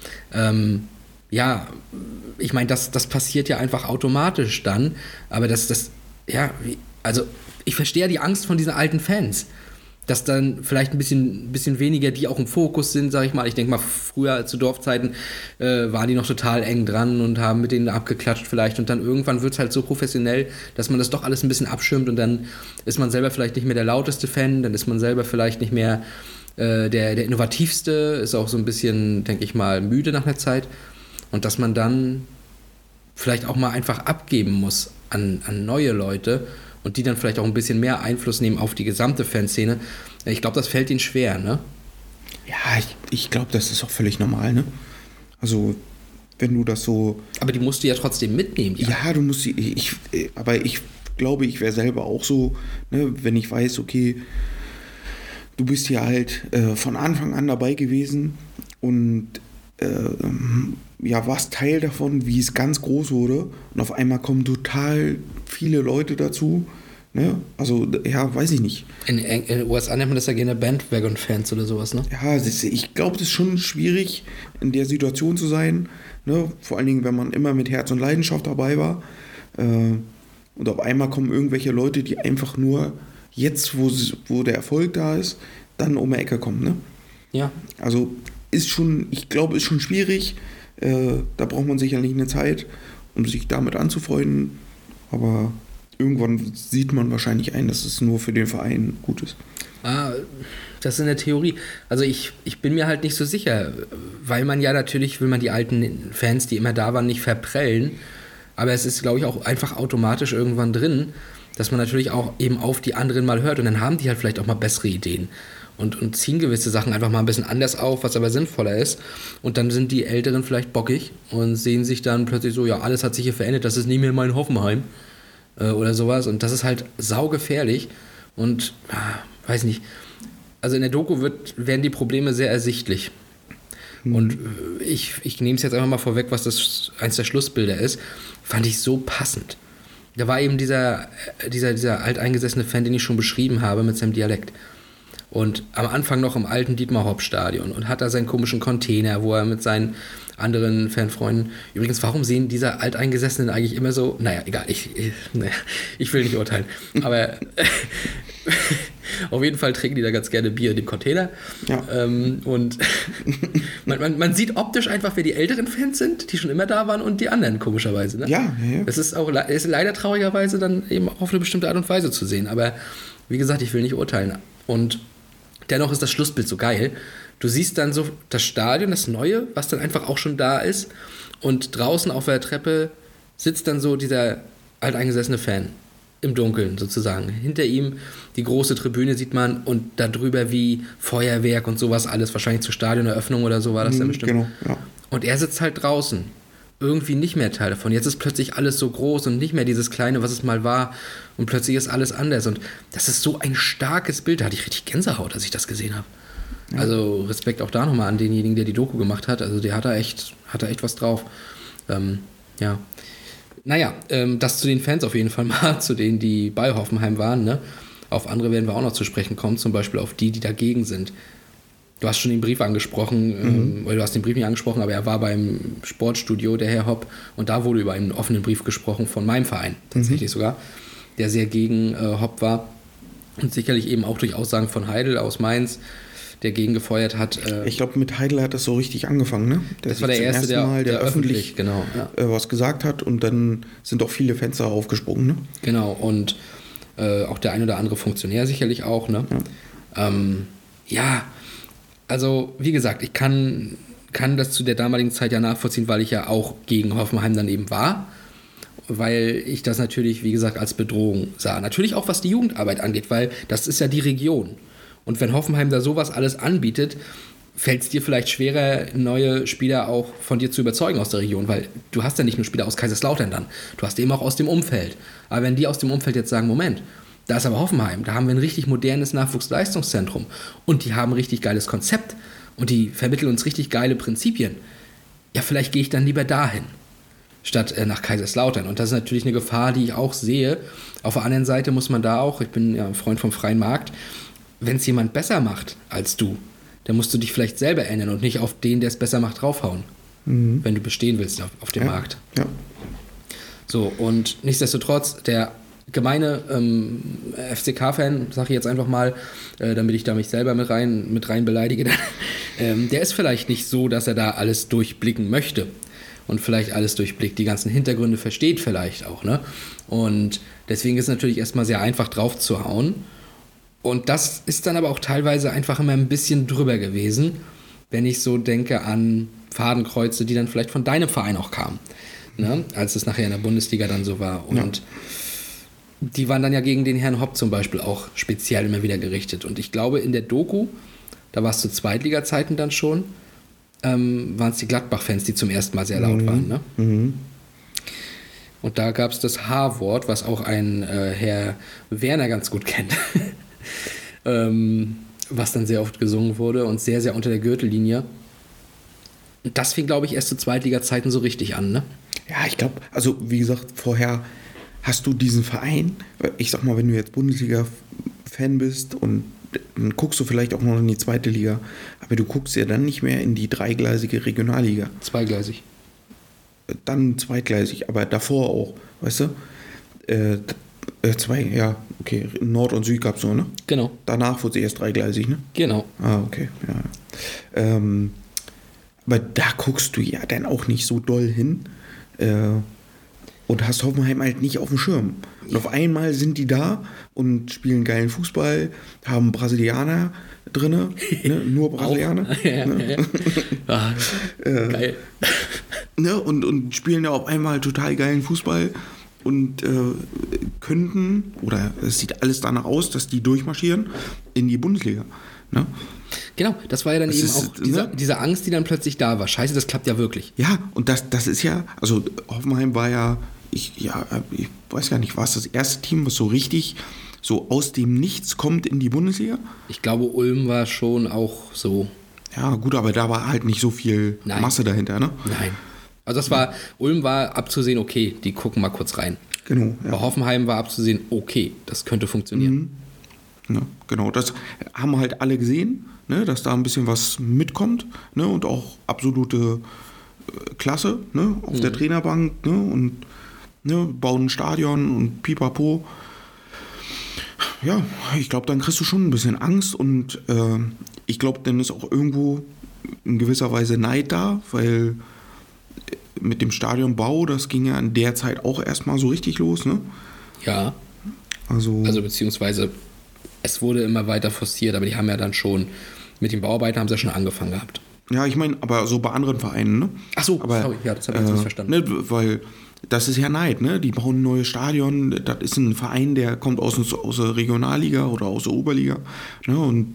Ich meine, das passiert ja einfach automatisch dann. Aber ich verstehe die Angst von diesen alten Fans. Dass dann vielleicht ein bisschen weniger die auch im Fokus sind, sag ich mal. Ich denke mal, früher zu Dorfzeiten waren die noch total eng dran und haben mit denen abgeklatscht vielleicht. Und dann irgendwann wird es halt so professionell, dass man das doch alles ein bisschen abschirmt und dann ist man selber vielleicht nicht mehr der lauteste Fan, dann ist man selber vielleicht nicht mehr der innovativste, ist auch so ein bisschen, denke ich mal, müde nach einer Zeit. Und dass man dann vielleicht auch mal einfach abgeben muss an neue Leute, und die dann vielleicht auch ein bisschen mehr Einfluss nehmen auf die gesamte Fanszene. Ich glaube, das fällt ihnen schwer, ne? Ja, ich glaube, das ist auch völlig normal, ne? Also, wenn du das so... Aber die musst du ja trotzdem mitnehmen. Ja, du musst sie... Aber ich glaube, ich wäre selber auch so, ne? Wenn ich weiß, okay, du bist hier halt von Anfang an dabei gewesen und warst Teil davon, wie es ganz groß wurde und auf einmal kommen total viele Leute dazu, ne? Also, ja, weiß ich nicht. In den USA nennt man das ja gerne Bandwagon-Fans oder sowas, ne? Ja, ich glaube, das ist schon schwierig, in der Situation zu sein, ne? Vor allen Dingen, wenn man immer mit Herz und Leidenschaft dabei war und auf einmal kommen irgendwelche Leute, die einfach nur jetzt, wo der Erfolg da ist, dann um die Ecke kommen, ne? Ja. Also, ist schon schwierig. Da braucht man sicherlich eine Zeit, um sich damit anzufreunden. Aber irgendwann sieht man wahrscheinlich ein, dass es nur für den Verein gut ist. Das ist in der Theorie. Also ich bin mir halt nicht so sicher, weil man ja natürlich, will man die alten Fans, die immer da waren, nicht verprellen. Aber es ist, glaube ich, auch einfach automatisch irgendwann drin, dass man natürlich auch eben auf die anderen mal hört. Und dann haben die halt vielleicht auch mal bessere Ideen. Und ziehen gewisse Sachen einfach mal ein bisschen anders auf, was aber sinnvoller ist. Und dann sind die Älteren vielleicht bockig und sehen sich dann plötzlich so, ja, alles hat sich hier verändert, das ist nie mehr mein Hoffenheim oder sowas. Und das ist halt saugefährlich und, weiß nicht, also in der Doku werden die Probleme sehr ersichtlich. Und ich nehme es jetzt einfach mal vorweg, was eins der Schlussbilder ist, fand ich so passend. Da war eben dieser alteingesessene Fan, den ich schon beschrieben habe, mit seinem Dialekt. Und am Anfang noch im alten Dietmar-Hopp-Stadion und hat da seinen komischen Container, wo er mit seinen anderen Fanfreunden... Übrigens, warum sehen diese Alteingesessenen eigentlich immer so... Naja, egal, ich will nicht urteilen. Aber auf jeden Fall trinken die da ganz gerne Bier in dem Container. Ja. Und man sieht optisch einfach, wer die älteren Fans sind, die schon immer da waren und die anderen, komischerweise. Ne? Ja. Das ist leider traurigerweise dann eben auf eine bestimmte Art und Weise zu sehen. Aber wie gesagt, ich will nicht urteilen. Und dennoch ist das Schlussbild so geil. Du siehst dann so das Stadion, das Neue, was dann einfach auch schon da ist. Und draußen auf der Treppe sitzt dann so dieser alteingesessene Fan. Im Dunkeln sozusagen. Hinter ihm die große Tribüne sieht man und da drüber wie Feuerwerk und sowas alles. Wahrscheinlich zur Stadioneröffnung oder so war das dann bestimmt. Genau, ja. Und er sitzt halt draußen. Irgendwie nicht mehr Teil davon. Jetzt ist plötzlich alles so groß und nicht mehr dieses Kleine, was es mal war. Und plötzlich ist alles anders. Und das ist so ein starkes Bild. Da hatte ich richtig Gänsehaut, als ich das gesehen habe. Ja. Also Respekt auch da nochmal an denjenigen, der die Doku gemacht hat. Also der hat da echt was drauf. Ja. Naja, das zu den Fans auf jeden Fall mal, zu denen, die bei Hoffenheim waren. Ne? Auf andere werden wir auch noch zu sprechen kommen, zum Beispiel auf die dagegen sind. Du hast schon den Brief angesprochen, oder du hast den Brief nicht angesprochen, aber er war beim Sportstudio, der Herr Hopp, und da wurde über einen offenen Brief gesprochen von meinem Verein, tatsächlich sogar, der sehr gegen Hopp war und sicherlich eben auch durch Aussagen von Heidel aus Mainz, der gegen gefeuert hat. Ich glaube, mit Heidel hat das so richtig angefangen, ne? Das war der erste, der öffentlich genau, was gesagt hat, und dann sind auch viele Fenster aufgesprungen, ne? Genau, und auch der ein oder andere Funktionär sicherlich auch, ne? Ja. Also, wie gesagt, ich kann das zu der damaligen Zeit ja nachvollziehen, weil ich ja auch gegen Hoffenheim dann eben war, weil ich das natürlich, wie gesagt, als Bedrohung sah. Natürlich auch, was die Jugendarbeit angeht, weil das ist ja die Region. Und wenn Hoffenheim da sowas alles anbietet, fällt es dir vielleicht schwerer, neue Spieler auch von dir zu überzeugen aus der Region, weil du hast ja nicht nur Spieler aus Kaiserslautern dann, du hast eben auch aus dem Umfeld. Aber wenn die aus dem Umfeld jetzt sagen, Moment, da ist aber Hoffenheim, da haben wir ein richtig modernes Nachwuchsleistungszentrum und die haben ein richtig geiles Konzept und die vermitteln uns richtig geile Prinzipien. Ja, vielleicht gehe ich dann lieber dahin, statt nach Kaiserslautern. Und das ist natürlich eine Gefahr, die ich auch sehe. Auf der anderen Seite muss man da auch, ich bin ja ein Freund vom freien Markt, wenn es jemand besser macht als du, dann musst du dich vielleicht selber ändern und nicht auf den, der es besser macht, draufhauen, wenn du bestehen willst auf dem Markt. Ja. So, und nichtsdestotrotz, der gemeine FCK-Fan, sage ich jetzt einfach mal, damit ich da mich selber mit rein beleidige, der ist vielleicht nicht so, dass er da alles durchblicken möchte und vielleicht alles durchblickt, die ganzen Hintergründe versteht vielleicht auch, ne? Und deswegen ist es natürlich erstmal sehr einfach drauf zu hauen. Und das ist dann aber auch teilweise einfach immer ein bisschen drüber gewesen, wenn ich so denke an Fadenkreuze, die dann vielleicht von deinem Verein auch kamen, ne? Als es nachher in der Bundesliga dann so war. Und die waren dann ja gegen den Herrn Hopp zum Beispiel auch speziell immer wieder gerichtet. Und ich glaube, in der Doku, da war es zu Zweitliga-Zeiten dann schon, waren es die Gladbach-Fans, die zum ersten Mal sehr laut waren. Ne? Und da gab es das H-Wort, was auch ein Herr Werner ganz gut kennt, was dann sehr oft gesungen wurde und sehr, sehr unter der Gürtellinie. Und das fing, glaube ich, erst zu Zweitliga-Zeiten so richtig an, ne? Ja, ich glaube, also wie gesagt, vorher hast du diesen Verein, ich sag mal, wenn du jetzt Bundesliga-Fan bist und dann guckst du vielleicht auch noch in die zweite Liga, aber du guckst ja dann nicht mehr in die dreigleisige Regionalliga. Zweigleisig. Dann zweigleisig, aber davor auch, weißt du? Ja, okay, Nord und Süd gab es nur, ne? Genau. Danach wurde es erst dreigleisig, ne? Genau. Ah, okay, ja. Aber da guckst du ja dann auch nicht so doll hin, und hast Hoffenheim halt nicht auf dem Schirm. Und auf einmal sind die da und spielen geilen Fußball, haben Brasilianer drin, ne? Nur Brasilianer. Ne? Geil. Ne? Und spielen da auf einmal total geilen Fußball und könnten, oder es sieht alles danach aus, dass die durchmarschieren in die Bundesliga. Ne? Genau, das war ja dann das eben auch diese Angst, die dann plötzlich da war. Scheiße, das klappt ja wirklich. Ja, und das ist ja, also Hoffenheim war ja, ich weiß gar nicht, war es das erste Team, was so richtig so aus dem Nichts kommt in die Bundesliga? Ich glaube, Ulm war schon auch so. Ja, gut, aber da war halt nicht so viel Masse dahinter, ne? Nein. Also Ulm war abzusehen, okay, die gucken mal kurz rein. Genau. Ja. Bei Hoffenheim war abzusehen, okay, das könnte funktionieren. Ja, genau, das haben halt alle gesehen, ne, dass da ein bisschen was mitkommt, ne, und auch absolute Klasse, ne, auf der Trainerbank, ne, und ne, bauen ein Stadion und pipapo. Ja, ich glaube, dann kriegst du schon ein bisschen Angst und ich glaube, dann ist auch irgendwo in gewisser Weise Neid da, weil mit dem Stadionbau, das ging ja in der Zeit auch erstmal so richtig los, ne? Ja. Also beziehungsweise es wurde immer weiter forciert, aber die haben ja dann schon, mit den Bauarbeiten haben sie ja schon angefangen gehabt. Ja, ich meine, aber so bei anderen Vereinen, ne? Ach so, aber, sorry, ja, das habe ich jetzt nicht verstanden. Ne, weil das ist ja Neid, ne? Die bauen ein neues Stadion, das ist ein Verein, der kommt aus der Regionalliga oder aus der Oberliga, ne? Und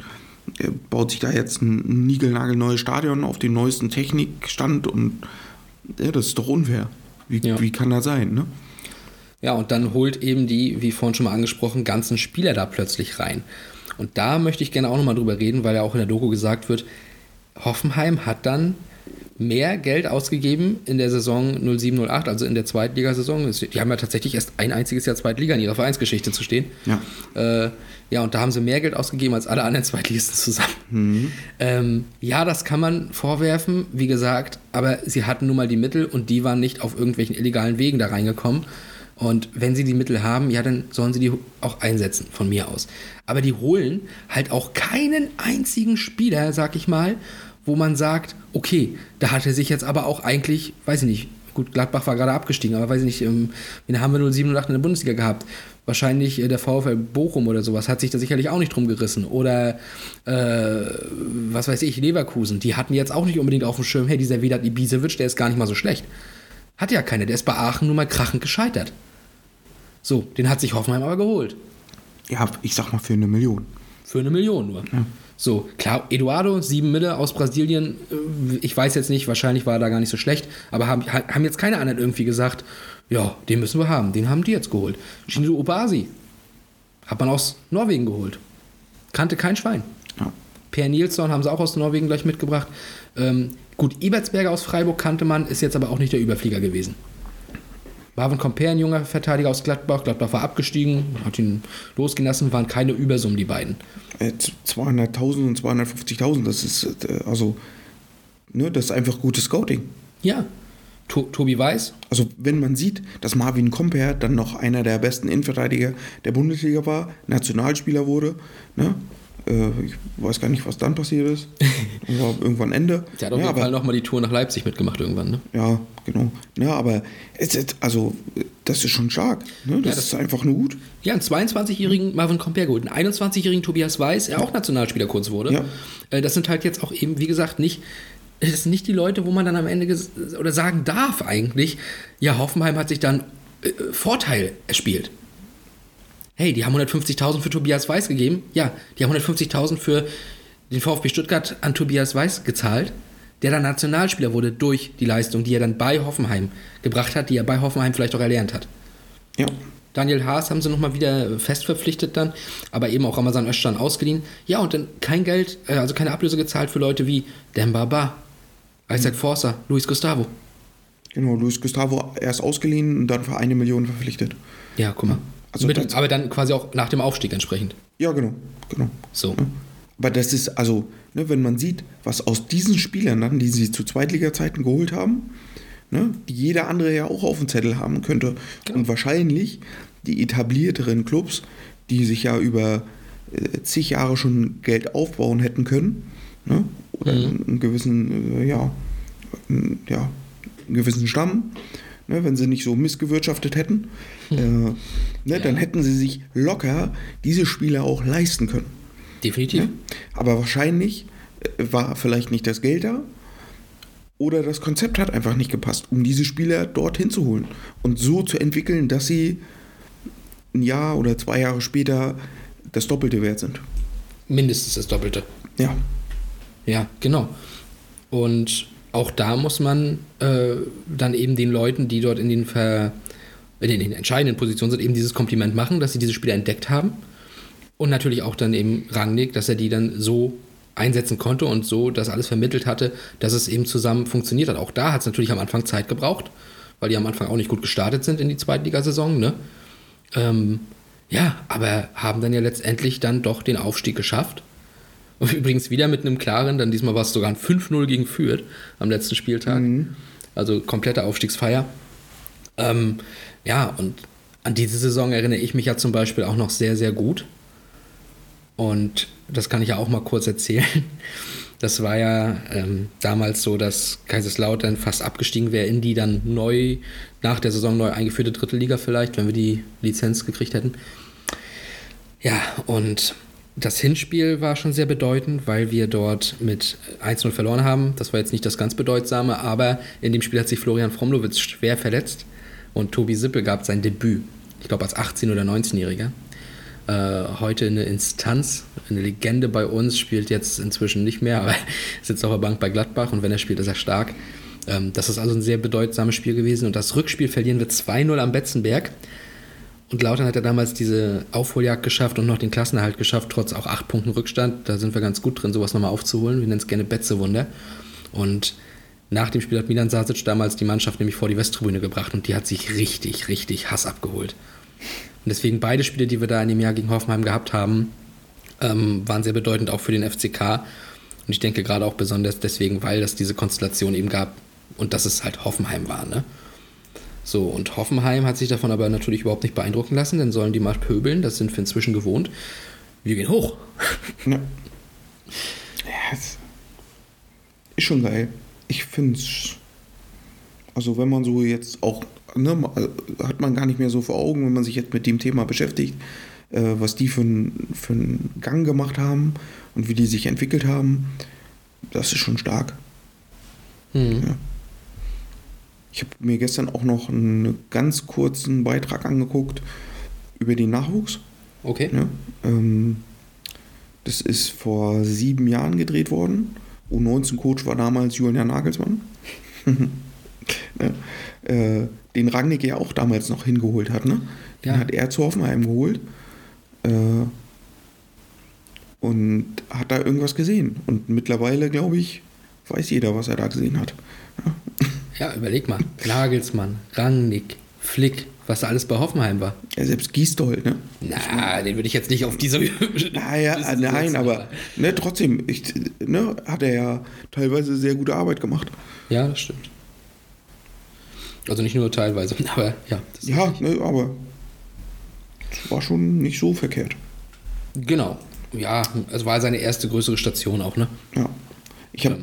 er baut sich da jetzt ein niegelnagelneues Stadion auf den neuesten Technikstand und ja, das ist doch unfair. Wie kann das sein, ne? Ja, und dann holt eben die, wie vorhin schon mal angesprochen, ganzen Spieler da plötzlich rein. Und da möchte ich gerne auch nochmal drüber reden, weil ja auch in der Doku gesagt wird, Hoffenheim hat dann mehr Geld ausgegeben in der Saison 07/08, also in der Zweitligasaison. Die haben ja tatsächlich erst ein einziges Jahr Zweitliga in ihrer Vereinsgeschichte zu stehen. Ja. Ja, und da haben sie mehr Geld ausgegeben als alle anderen Zweitligisten zusammen. Ja, das kann man vorwerfen, wie gesagt, aber sie hatten nun mal die Mittel und die waren nicht auf irgendwelchen illegalen Wegen da reingekommen. Und wenn sie die Mittel haben, ja, dann sollen sie die auch einsetzen, von mir aus. Aber die holen halt auch keinen einzigen Spieler, sag ich mal, wo man sagt, okay, da hat er sich jetzt aber auch eigentlich, weiß ich nicht, gut, Gladbach war gerade abgestiegen, aber weiß ich nicht, wen haben wir 07/08 in der Bundesliga gehabt? Wahrscheinlich der VfL Bochum oder sowas, hat sich da sicherlich auch nicht drum gerissen. Oder, was weiß ich, Leverkusen, die hatten jetzt auch nicht unbedingt auf dem Schirm, hey, dieser Vedat Ibisevic, der ist gar nicht mal so schlecht. Hat ja keiner, der ist bei Aachen nur mal krachend gescheitert. So, den hat sich Hoffenheim aber geholt. Ja, ich sag mal für 1 Million. Für 1 Million nur. Ja. So, klar, Eduardo, 7 Mille aus Brasilien, ich weiß jetzt nicht, wahrscheinlich war er da gar nicht so schlecht, aber haben jetzt keine anderen irgendwie gesagt, ja, den müssen wir haben, den haben die jetzt geholt. Shinzo Obasi hat man aus Norwegen geholt. Kannte kein Schwein. Ja. Per Nilsson haben sie auch aus Norwegen gleich mitgebracht. Gut, Ebertsberger aus Freiburg kannte man, ist jetzt aber auch nicht der Überflieger gewesen. Marvin Comper, ein junger Verteidiger aus Gladbach. Gladbach war abgestiegen, hat ihn losgehen lassen, waren keine Übersummen, die beiden. 200.000 und 250.000, das ist also, ne, das ist einfach gutes Scouting. Ja, Tobi Weiß. Also wenn man sieht, dass Marvin Comper dann noch einer der besten Innenverteidiger der Bundesliga war, Nationalspieler wurde, ne? Ich weiß gar nicht, was dann passiert ist. War irgendwann Ende. Der hat auf jeden Fall nochmal die Tour nach Leipzig mitgemacht irgendwann, ne? Ja, genau. Ja, aber also, das ist schon stark. Ne? Das ist einfach nur gut. Ja, einen 22-jährigen Marvin Comper geholt, einen 21-jährigen Tobias Weiß, der auch Nationalspieler kurz wurde. Ja. Das sind halt jetzt auch eben, wie gesagt, das sind nicht die Leute, wo man dann am Ende oder sagen darf eigentlich, ja, Hoffenheim hat sich dann Vorteil erspielt. Hey, die haben 150.000 für Tobias Weiß gegeben. Ja, die haben 150.000 für den VfB Stuttgart an Tobias Weiß gezahlt, der dann Nationalspieler wurde durch die Leistung, die er dann bei Hoffenheim gebracht hat, die er bei Hoffenheim vielleicht auch erlernt hat. Ja. Daniel Haas haben sie nochmal wieder fest verpflichtet dann, aber eben auch Ramazan Özcan ausgeliehen. Ja, und dann kein Geld, also keine Ablöse gezahlt für Leute wie Demba Ba, Isaac Forster, Luis Gustavo. Genau, Luis Gustavo erst ausgeliehen und dann für 1 Million verpflichtet. Ja, guck mal. Also aber dann quasi auch nach dem Aufstieg entsprechend. Ja, genau. So. Ja. Aber das ist, also, ne, wenn man sieht, was aus diesen Spielern dann, die sie zu Zweitliga-Zeiten geholt haben, ne, die jeder andere ja auch auf dem Zettel haben könnte. Genau. Und wahrscheinlich die etablierteren Clubs, die sich ja über zig Jahre schon Geld aufbauen hätten können, ne, oder einen gewissen, einen gewissen Stamm, ne, wenn sie nicht so missgewirtschaftet hätten, dann hätten sie sich locker diese Spieler auch leisten können. Definitiv. Ja? Aber wahrscheinlich war vielleicht nicht das Geld da oder das Konzept hat einfach nicht gepasst, um diese Spieler dorthin zu holen und so zu entwickeln, dass sie ein Jahr oder 2 Jahre später das Doppelte wert sind. Mindestens das Doppelte. Ja. Ja, genau. Und auch da muss man dann eben den Leuten, die dort in den entscheidenden Positionen sind, eben dieses Kompliment machen, dass sie diese Spieler entdeckt haben. Und natürlich auch dann eben Rangnick, dass er die dann so einsetzen konnte und so das alles vermittelt hatte, dass es eben zusammen funktioniert hat. Auch da hat es natürlich am Anfang Zeit gebraucht, weil die am Anfang auch nicht gut gestartet sind in die Zweitligasaison, ne? Aber haben dann ja letztendlich dann doch den Aufstieg geschafft. Und übrigens wieder mit einem klaren, dann diesmal war es sogar ein 5-0 gegen Fürth am letzten Spieltag. Also komplette Aufstiegsfeier. Und an diese Saison erinnere ich mich ja zum Beispiel auch noch sehr, sehr gut. Und das kann ich ja auch mal kurz erzählen. Das war ja damals so, dass Kaiserslautern fast abgestiegen wäre in die dann nach der Saison neu eingeführte dritte Liga vielleicht, wenn wir die Lizenz gekriegt hätten. Ja, und das Hinspiel war schon sehr bedeutend, weil wir dort mit 1-0 verloren haben. Das war jetzt nicht das ganz Bedeutsame, aber in dem Spiel hat sich Florian Fromlowitz schwer verletzt und Tobi Sippel gab sein Debüt. Ich glaube als 18- oder 19-Jähriger. heute eine Instanz, eine Legende bei uns, spielt jetzt inzwischen nicht mehr, aber sitzt auf der Bank bei Gladbach und wenn er spielt, ist er stark. Das ist also ein sehr bedeutsames Spiel gewesen und das Rückspiel verlieren wir 2-0 am Betzenberg und Lautern hat ja damals diese Aufholjagd geschafft und noch den Klassenerhalt geschafft, trotz auch 8 Punkten Rückstand. Da sind wir ganz gut drin, sowas nochmal aufzuholen. Wir nennen es gerne Betze-Wunder. Und nach dem Spiel hat Milan Sasic damals die Mannschaft nämlich vor die Westtribüne gebracht und die hat sich richtig, richtig Hass abgeholt. Und deswegen beide Spiele, die wir da in dem Jahr gegen Hoffenheim gehabt haben, waren sehr bedeutend auch für den FCK. Und ich denke gerade auch besonders deswegen, weil es diese Konstellation eben gab und dass es halt Hoffenheim war, ne? So, und Hoffenheim hat sich davon aber natürlich überhaupt nicht beeindrucken lassen, dann sollen die mal pöbeln, das sind wir inzwischen gewohnt. Wir gehen hoch. Ja. Ist schon geil. Ich finde es, also wenn man so jetzt auch, ne, hat man gar nicht mehr so vor Augen, wenn man sich jetzt mit dem Thema beschäftigt, was die für einen Gang gemacht haben und wie die sich entwickelt haben, das ist schon stark. Ja. Ich habe mir gestern auch noch einen ganz kurzen Beitrag angeguckt über den Nachwuchs. Okay. Ja, das ist vor 7 Jahren gedreht worden. U19-Coach war damals Julian Nagelsmann. Ja, den Rangnick ja auch damals noch hingeholt hat. Ne? Den hat er zu Hoffenheim geholt. Und hat da irgendwas gesehen. Und mittlerweile, glaube ich, weiß jeder, was er da gesehen hat. Ja, überleg mal. Nagelsmann, Rangnick, Flick, was da alles bei Hoffenheim war. Ja, selbst Gisdol, ne? Na, den würde ich jetzt nicht auf diese... Nein, aber ne, trotzdem hat er ja teilweise sehr gute Arbeit gemacht. Ja, das stimmt. Also nicht nur teilweise, aber ja. Ja, ne, aber es war schon nicht so verkehrt. Genau. Ja, es war seine erste größere Station auch, ne? Ja. Ich habe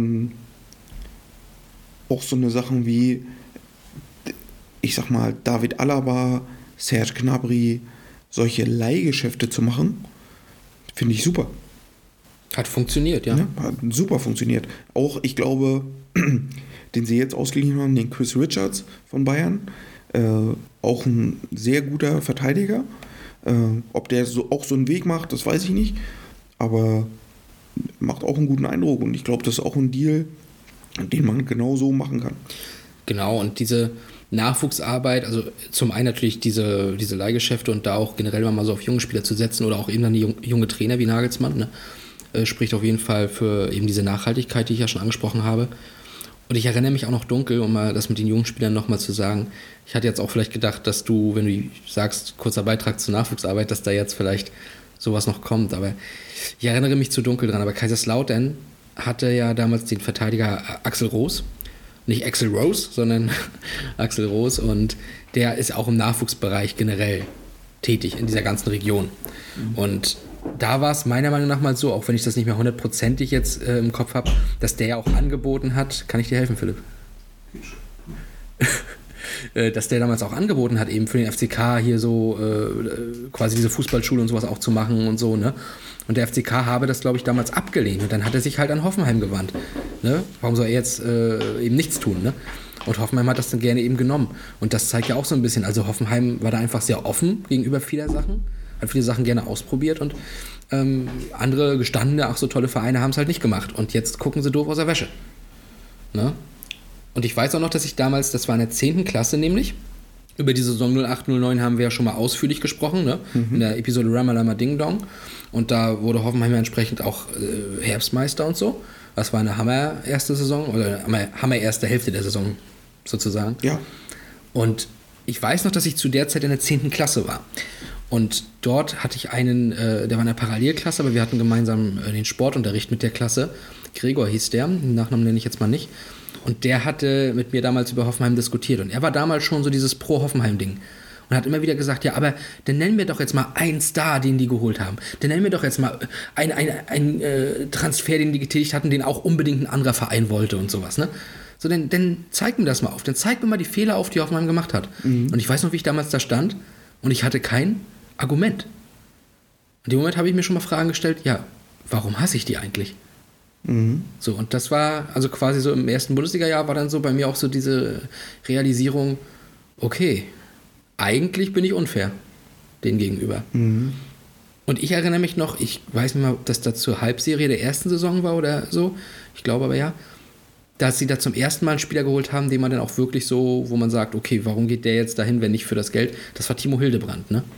auch so eine Sachen wie, ich sag mal, David Alaba, Serge Gnabry, solche Leihgeschäfte zu machen, finde ich super. Hat funktioniert, ja. Hat super funktioniert. Auch, ich glaube, den sie jetzt ausgeliehen haben, den Chris Richards von Bayern, auch ein sehr guter Verteidiger. Ob der auch so einen Weg macht, das weiß ich nicht, aber macht auch einen guten Eindruck und ich glaube, das ist auch ein Deal, den man genau so machen kann. Genau, und diese Nachwuchsarbeit, also zum einen natürlich diese Leihgeschäfte und da auch generell mal so auf junge Spieler zu setzen oder auch eben dann die junge Trainer wie Nagelsmann, ne, spricht auf jeden Fall für eben diese Nachhaltigkeit, die ich ja schon angesprochen habe. Und ich erinnere mich auch noch dunkel, um mal das mit den jungen Spielern nochmal zu sagen, ich hatte jetzt auch vielleicht gedacht, dass du, wenn du sagst, kurzer Beitrag zur Nachwuchsarbeit, dass da jetzt vielleicht sowas noch kommt, aber ich erinnere mich zu dunkel dran, aber Kaiserslautern hatte ja damals den Verteidiger Axel Rose, nicht Axel Rose, sondern Axel Rose und der ist auch im Nachwuchsbereich generell tätig in dieser ganzen Region. Und da war es meiner Meinung nach mal so, auch wenn ich das nicht mehr 100%ig jetzt im Kopf habe, dass der ja auch angeboten hat, kann ich dir helfen, Philipp? Dass der damals auch angeboten hat, eben für den FCK hier so quasi diese Fußballschule und sowas auch zu machen und so, ne? Und der FCK habe das, glaube ich, damals abgelehnt und dann hat er sich halt an Hoffenheim gewandt, ne? Warum soll er jetzt eben nichts tun, ne? Und Hoffenheim hat das dann gerne eben genommen und das zeigt ja auch so ein bisschen, also Hoffenheim war da einfach sehr offen gegenüber vieler Sachen, hat viele Sachen gerne ausprobiert und andere gestandene, auch so tolle Vereine haben es halt nicht gemacht und jetzt gucken sie doof aus der Wäsche, ne? Und ich weiß auch noch, dass ich damals, das war in der 10. Klasse nämlich, über die Saison 08/09 haben wir ja schon mal ausführlich gesprochen, ne? In der Episode Ramalama Ding Dong. Und da wurde Hoffenheim entsprechend auch Herbstmeister und so. Das war eine Hammer erste Saison, oder Hammer erste Hälfte der Saison sozusagen. Ja. Und ich weiß noch, dass ich zu der Zeit in der 10. Klasse war. Und dort hatte ich einen, der war in der Parallelklasse, aber wir hatten gemeinsam den Sportunterricht mit der Klasse. Gregor hieß der, den Nachnamen nenne ich jetzt mal nicht. Und der hatte mit mir damals über Hoffenheim diskutiert. Und er war damals schon so dieses Pro-Hoffenheim-Ding. Und hat immer wieder gesagt, ja, aber dann nennen wir doch jetzt mal einen Star, den die geholt haben. Dann nennen wir doch jetzt mal einen Transfer, den die getätigt hatten, den auch unbedingt ein anderer Verein wollte und sowas, ne? So, dann zeig mir das mal auf. Dann zeig mir mal die Fehler auf, die Hoffenheim gemacht hat. Und ich weiß noch, wie ich damals da stand und ich hatte kein Argument. In dem Moment habe ich mir schon mal Fragen gestellt, ja, warum hasse ich die eigentlich? So, und das war, also quasi so im ersten Bundesliga-Jahr war dann so bei mir auch so diese Realisierung, okay, eigentlich bin ich unfair denen gegenüber. Und ich erinnere mich noch, ich weiß nicht mal, ob das da zur Halbserie der ersten Saison war oder so, ich glaube aber ja, dass sie da zum ersten Mal einen Spieler geholt haben, den man dann auch wirklich so, wo man sagt, okay, warum geht der jetzt dahin, wenn nicht für das Geld? Das war Timo Hildebrand, ne?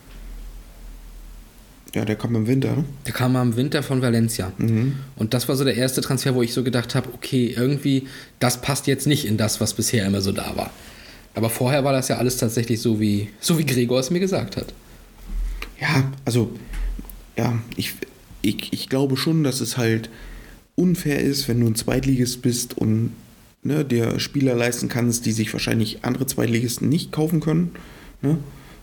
Ja, der kam im Winter, ne? Der kam mal im Winter von Valencia. Und das war so der erste Transfer, wo ich so gedacht habe, okay, irgendwie, das passt jetzt nicht in das, was bisher immer so da war. Aber vorher war das ja alles tatsächlich so wie Gregor es mir gesagt hat. Ja, also, ja, ich glaube schon, dass es halt unfair ist, wenn du ein Zweitligist bist und ne, dir Spieler leisten kannst, die sich wahrscheinlich andere Zweitligisten nicht kaufen können. Ne?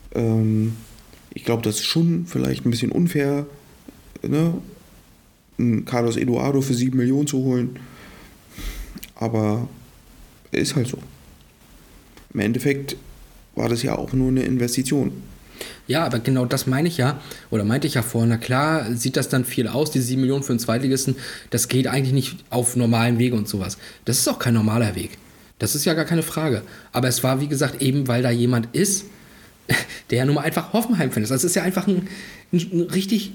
Ich glaube, das ist schon vielleicht ein bisschen unfair, ne? Einen Carlos Eduardo für 7 Millionen zu holen. Aber ist halt so. Im Endeffekt war das ja auch nur eine Investition. Ja, aber genau das meine ich ja, oder meinte ich ja vorhin. Na klar, sieht das dann viel aus, diese 7 Millionen für einen Zweitligisten. Das geht eigentlich nicht auf normalen Wege und sowas. Das ist auch kein normaler Weg. Das ist ja gar keine Frage. Aber es war, wie gesagt, eben, weil da jemand ist, der ja nun mal einfach Hoffenheim-Fan ist. Das ist ja einfach ein richtig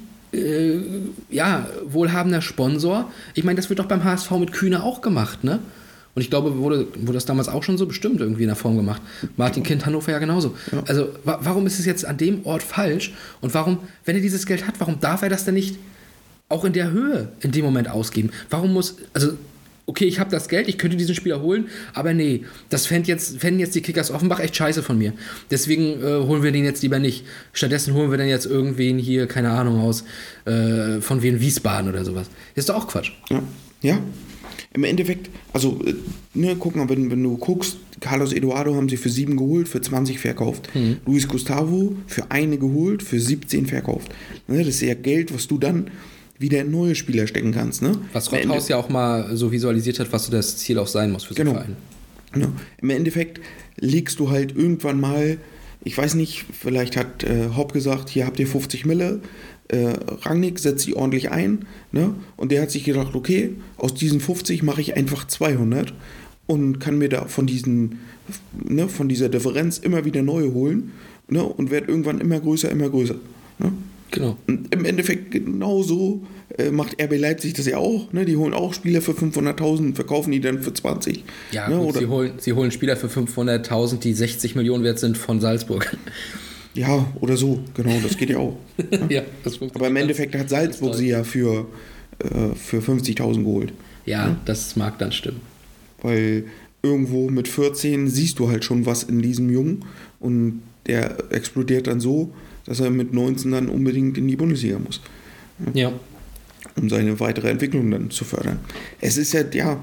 wohlhabender Sponsor. Ich meine, das wird doch beim HSV mit Kühne auch gemacht, ne? Und ich glaube, wurde das damals auch schon so bestimmt irgendwie in der Form gemacht. Martin Kind, Hannover ja genauso. Ja. Also warum ist es jetzt an dem Ort falsch? Und warum, wenn er dieses Geld hat, warum darf er das denn nicht auch in der Höhe in dem Moment ausgeben? Warum muss, also okay, ich habe das Geld, ich könnte diesen Spieler holen, aber nee, das fänden jetzt die Kickers Offenbach echt scheiße von mir. Deswegen holen wir den jetzt lieber nicht. Stattdessen holen wir dann jetzt irgendwen hier, keine Ahnung, aus von Wien Wiesbaden oder sowas. Das ist doch auch Quatsch. Ja. Im Endeffekt, also, ne, guck mal, wenn du guckst, Carlos Eduardo haben sie für 7 geholt, für 20 verkauft. Luis Gustavo für 1 geholt, für 17 verkauft. Ne, das ist ja Geld, was du dann wieder in neue Spieler stecken kannst. Ne? Was Rothaus ja auch mal so visualisiert hat, was so das Ziel auch sein muss für so einen Verein. Ja. Im Endeffekt legst du halt irgendwann mal, ich weiß nicht, vielleicht hat Hopp gesagt, hier habt ihr 50 Mille, Rangnick setzt sie ordentlich ein, ne? Und der hat sich gedacht, okay, aus diesen 50 mache ich einfach 200 und kann mir da von dieser Differenz immer wieder neue holen, ne? Und werde irgendwann immer größer. Ne? Genau. Und im Endeffekt genauso macht RB Leipzig das ja auch, ne? Die holen auch Spieler für 500.000, verkaufen die dann für 20. Ja, ne? Gut, sie holen Spieler für 500.000, die 60 Millionen wert sind von Salzburg. Ja, oder so, genau, das geht ja auch. Ne? Ja, das funktioniert. Aber im Endeffekt hat Salzburg sie ja für 50.000 geholt. Ja, das mag dann stimmen. Weil irgendwo mit 14 siehst du halt schon was in diesem Jungen und der explodiert dann so, dass er mit 19 dann unbedingt in die Bundesliga muss. Ja. Um seine weitere Entwicklung dann zu fördern. Es ist ja.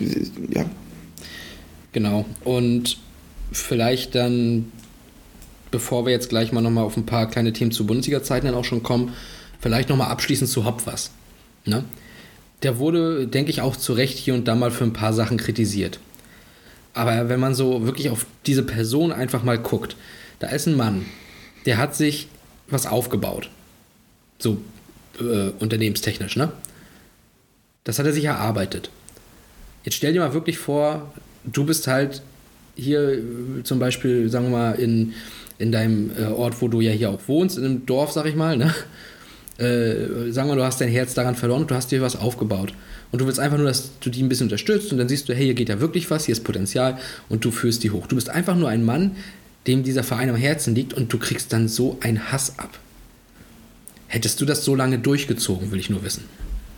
Genau. Und vielleicht dann, bevor wir jetzt gleich mal nochmal auf ein paar kleine Themen zu Bundesliga-Zeiten dann auch schon kommen, vielleicht nochmal abschließend zu Hopp was. Ne? Der wurde, denke ich, auch zu Recht hier und da mal für ein paar Sachen kritisiert. Aber wenn man so wirklich auf diese Person einfach mal guckt, da ist ein Mann, der hat sich was aufgebaut. So unternehmenstechnisch, ne? Das hat er sich erarbeitet. Jetzt stell dir mal wirklich vor, du bist halt hier zum Beispiel, sagen wir mal, in deinem Ort, wo du ja hier auch wohnst, in einem Dorf, sag ich mal, ne? Sagen wir, du hast dein Herz daran verloren und du hast dir was aufgebaut. Und du willst einfach nur, dass du die ein bisschen unterstützt und dann siehst du, hey, hier geht ja wirklich was, hier ist Potenzial und du führst die hoch. Du bist einfach nur ein Mann, dem dieser Verein am Herzen liegt und du kriegst dann so einen Hass ab. Hättest du das so lange durchgezogen, will ich nur wissen.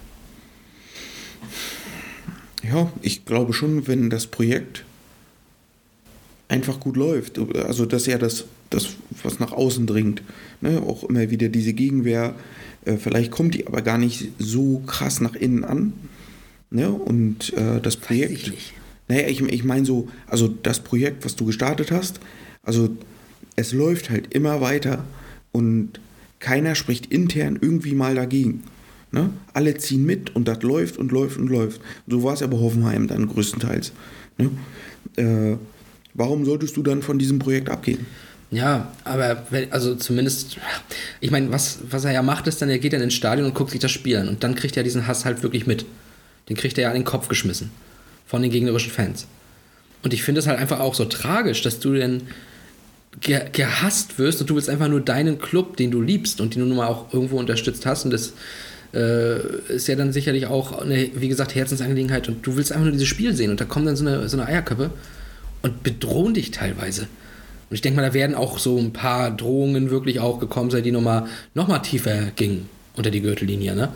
Ja, ich glaube schon, wenn das Projekt einfach gut läuft, also das ist ja das was nach außen dringt, ne? Auch immer wieder diese Gegenwehr, vielleicht kommt die aber gar nicht so krass nach innen an, ne? Und das Projekt, weiß ich nicht. Naja, ich meine so, also das Projekt, was du gestartet hast, also es läuft halt immer weiter und keiner spricht intern irgendwie mal dagegen. Ne? Alle ziehen mit und das läuft und läuft und läuft. So war es ja bei Hoffenheim dann größtenteils. Ne? Warum solltest du dann von diesem Projekt abgehen? Ja, aber also zumindest, ich meine, was er ja macht, ist dann, er geht dann ins Stadion und guckt sich das Spiel an und dann kriegt er diesen Hass halt wirklich mit. Den kriegt er ja an den Kopf geschmissen von den gegnerischen Fans. Und ich finde es halt einfach auch so tragisch, dass du denn gehasst wirst und du willst einfach nur deinen Club, den du liebst und den du nun mal auch irgendwo unterstützt hast, und das ist ja dann sicherlich auch eine, wie gesagt, Herzensangelegenheit, und du willst einfach nur dieses Spiel sehen, und da kommen dann so eine Eierköpfe und bedrohen dich teilweise. Und ich denke mal, da werden auch so ein paar Drohungen wirklich auch gekommen sein, die noch mal tiefer gingen unter die Gürtellinie, ne?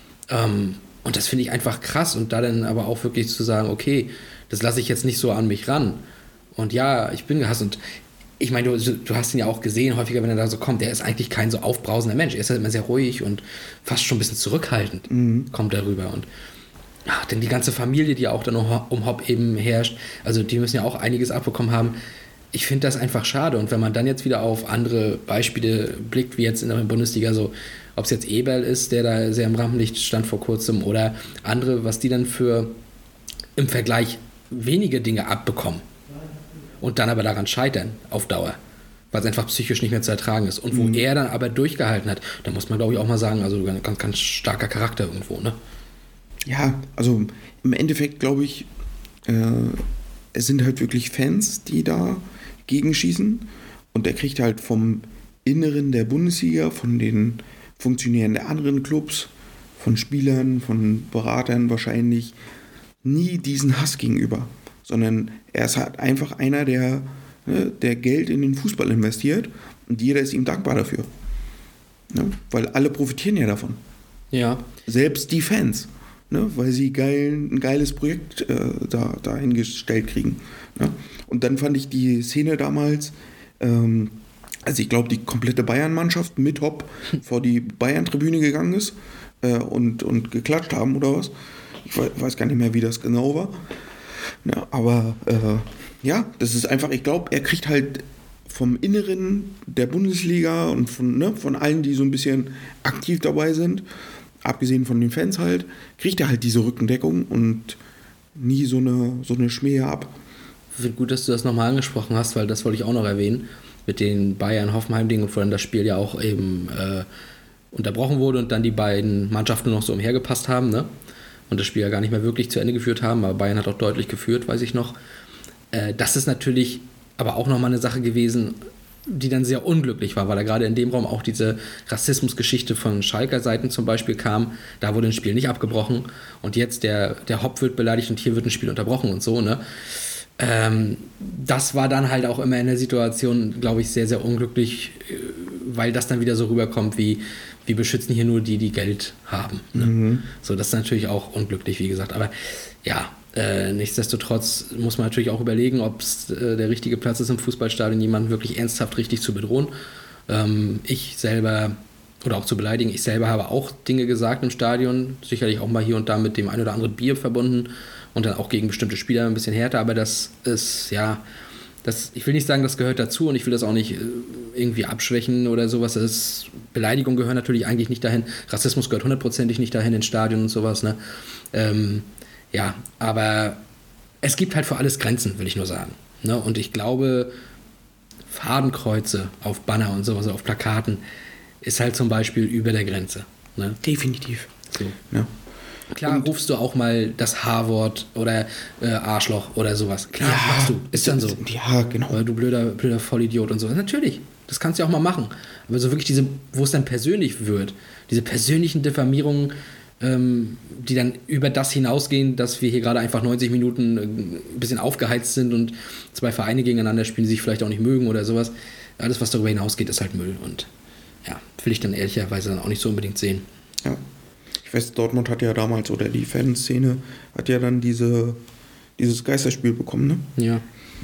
Und das finde ich einfach krass, und da dann aber auch wirklich zu sagen, okay, das lasse ich jetzt nicht so an mich ran. Und ja, ich bin gehasst, und ich meine, du hast ihn ja auch gesehen, häufiger, wenn er da so kommt, der ist eigentlich kein so aufbrausender Mensch. Er ist halt immer sehr ruhig und fast schon ein bisschen zurückhaltend, kommt er rüber. Und denn die ganze Familie, die auch dann um Hopp eben herrscht, also die müssen ja auch einiges abbekommen haben. Ich finde das einfach schade. Und wenn man dann jetzt wieder auf andere Beispiele blickt, wie jetzt in der Bundesliga, so, ob es jetzt Eberl ist, der da sehr im Rampenlicht stand vor kurzem, oder andere, was die dann für im Vergleich wenige Dinge abbekommen und dann aber daran scheitern auf Dauer, weil es einfach psychisch nicht mehr zu ertragen ist. Und wo er dann aber durchgehalten hat, da muss man, glaube ich, auch mal sagen, also ein ganz, ganz starker Charakter irgendwo, ne? Ja, also im Endeffekt glaube ich, es sind halt wirklich Fans, die da gegenschießen, und er kriegt halt vom Inneren der Bundesliga, von den Funktionären der anderen Clubs, von Spielern, von Beratern wahrscheinlich nie diesen Hass gegenüber, sondern er ist halt einfach einer, der Geld in den Fußball investiert, und jeder ist ihm dankbar dafür. Ne? Weil alle profitieren ja davon. Ja. Selbst die Fans, ne? Weil sie ein geiles Projekt da hingestellt kriegen. Ne? Und dann fand ich die Szene damals, also ich glaube, die komplette Bayern-Mannschaft mit Hopp vor die Bayern-Tribüne gegangen ist und geklatscht haben oder was. Ich weiß gar nicht mehr, wie das genau war. Ja, aber ja, das ist einfach, ich glaube, er kriegt halt vom Inneren der Bundesliga und von allen, die so ein bisschen aktiv dabei sind, abgesehen von den Fans halt, kriegt er halt diese Rückendeckung und nie so eine Schmähe ab. Ich finde gut, dass du das nochmal angesprochen hast, weil das wollte ich auch noch erwähnen, mit den Bayern-Hoffenheim-Dingen, und wo dann das Spiel ja auch eben unterbrochen wurde und dann die beiden Mannschaften noch so umhergepasst haben, ne? Und das Spiel ja gar nicht mehr wirklich zu Ende geführt haben, aber Bayern hat auch deutlich geführt, weiß ich noch. Das ist natürlich aber auch nochmal eine Sache gewesen, die dann sehr unglücklich war, weil da gerade in dem Raum auch diese Rassismusgeschichte von Schalker Seiten zum Beispiel kam. Da wurde ein Spiel nicht abgebrochen, und jetzt der Hopp wird beleidigt und hier wird ein Spiel unterbrochen und so, ne? Das war dann halt auch immer in der Situation, glaube ich, sehr, sehr unglücklich, weil das dann wieder so rüberkommt, wie wir beschützen hier nur die Geld haben. Ne? So, das ist natürlich auch unglücklich, wie gesagt. Aber ja, nichtsdestotrotz muss man natürlich auch überlegen, ob es der richtige Platz ist, im Fußballstadion jemanden wirklich ernsthaft richtig zu bedrohen. Ich selber, oder auch zu beleidigen, ich selber habe auch Dinge gesagt im Stadion, sicherlich auch mal hier und da mit dem ein oder anderen Bier verbunden und dann auch gegen bestimmte Spieler ein bisschen härter, aber das ist, ja, ich will nicht sagen, das gehört dazu, und ich will das auch nicht irgendwie abschwächen oder sowas. Beleidigungen gehören natürlich eigentlich nicht dahin, Rassismus gehört hundertprozentig nicht dahin ins Stadion und sowas, ne? Ja, aber es gibt halt für alles Grenzen, will ich nur sagen. Ne? Und ich glaube, Fadenkreuze auf Banner und sowas, auf Plakaten, ist halt zum Beispiel über der Grenze. Ne? Definitiv. So. Ja. Klar, und rufst du auch mal das H-Wort oder Arschloch oder sowas. Klar, ja, machst du. Ist dann so. Ja, genau. Oder du blöder Vollidiot und so. Natürlich, das kannst du ja auch mal machen. Aber so wirklich wo es dann persönlich wird, diese persönlichen Diffamierungen, die dann über das hinausgehen, dass wir hier gerade einfach 90 Minuten ein bisschen aufgeheizt sind und zwei Vereine gegeneinander spielen, die sich vielleicht auch nicht mögen oder sowas. Alles, was darüber hinausgeht, ist halt Müll. Und ja, will ich dann ehrlicherweise dann auch nicht so unbedingt sehen. Ja. Ich weiß, Dortmund hat ja damals, oder die Fanszene hat ja dann dieses Geisterspiel bekommen, ne? Ja.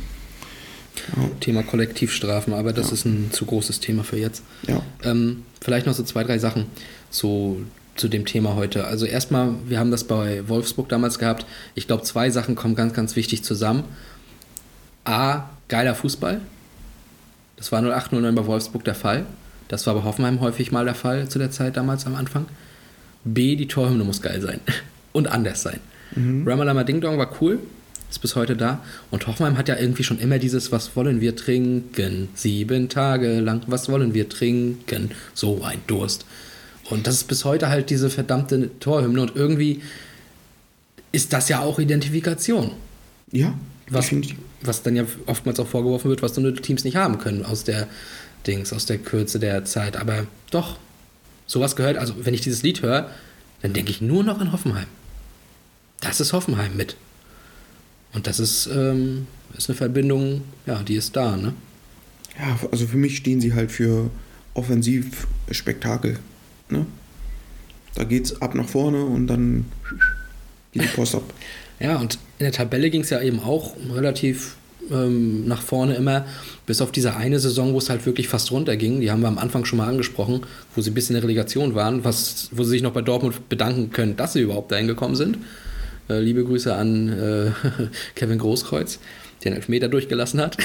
Thema Kollektivstrafen, aber das ist ein zu großes Thema für jetzt. Ja. Vielleicht noch so 2, 3 Sachen zu dem Thema heute. Also erstmal, wir haben das bei Wolfsburg damals gehabt. Ich glaube, 2 Sachen kommen ganz, ganz wichtig zusammen. A, geiler Fußball. Das war 08, 09 bei Wolfsburg der Fall. Das war bei Hoffenheim häufig mal der Fall zu der Zeit damals am Anfang. B, die Torhymne muss geil sein und anders sein. Ramalama Ding Dong war cool, ist bis heute da. Und Hoffenheim hat ja irgendwie schon immer dieses, was wollen wir trinken? 7 Tage lang, was wollen wir trinken? So ein Durst. Und das ist bis heute halt diese verdammte Torhymne, und irgendwie ist das ja auch Identifikation. Ja, Was dann ja oftmals auch vorgeworfen wird, was so eine Teams nicht haben können aus der Kürze der Zeit. Aber doch, sowas gehört, also wenn ich dieses Lied höre, dann denke ich nur noch an Hoffenheim. Das ist Hoffenheim mit. Und das ist eine Verbindung, ja, die ist da, ne? Ja, also für mich stehen sie halt für Offensivspektakel, ne? Da geht's ab nach vorne und dann geht die Post ab. Ja, und in der Tabelle ging es ja eben auch relativ nach vorne immer, bis auf diese eine Saison, wo es halt wirklich fast runterging. Die haben wir am Anfang schon mal angesprochen, wo sie ein bisschen in der Relegation waren, wo sie sich noch bei Dortmund bedanken können, dass sie überhaupt dahin gekommen sind. Liebe Grüße an Kevin Großkreuz, der einen Elfmeter durchgelassen hat.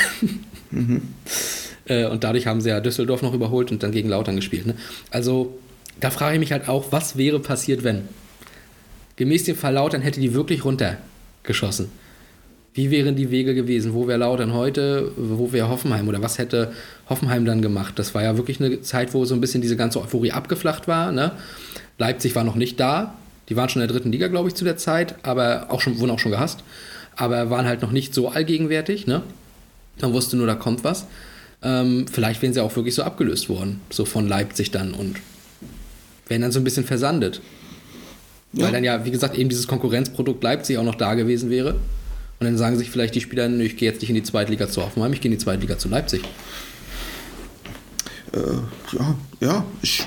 Und dadurch haben sie ja Düsseldorf noch überholt und dann gegen Lautern gespielt. Ne? Also da frage ich mich halt auch, was wäre passiert, wenn? Gemäß dem Fall Lautern hätte die wirklich runtergeschossen. Wie wären die Wege gewesen? Wo wäre Lautern heute? Wo wäre Hoffenheim? Oder was hätte Hoffenheim dann gemacht? Das war ja wirklich eine Zeit, wo so ein bisschen diese ganze Euphorie abgeflacht war. Ne? Leipzig war noch nicht da. Die waren schon in der 3. Liga, glaube ich, zu der Zeit, aber wurden auch schon gehasst. Aber waren halt noch nicht so allgegenwärtig. Ne? Man wusste nur, da kommt was. Vielleicht wären sie auch wirklich so abgelöst worden, so von Leipzig dann und wären dann so ein bisschen versandet. Ja. Weil dann ja, wie gesagt, eben dieses Konkurrenzprodukt Leipzig auch noch da gewesen wäre. Und dann sagen sich vielleicht die Spieler, ich gehe jetzt nicht in die Zweitliga zu Hoffenheim, ich gehe in die Zweitliga zu Leipzig. Ja.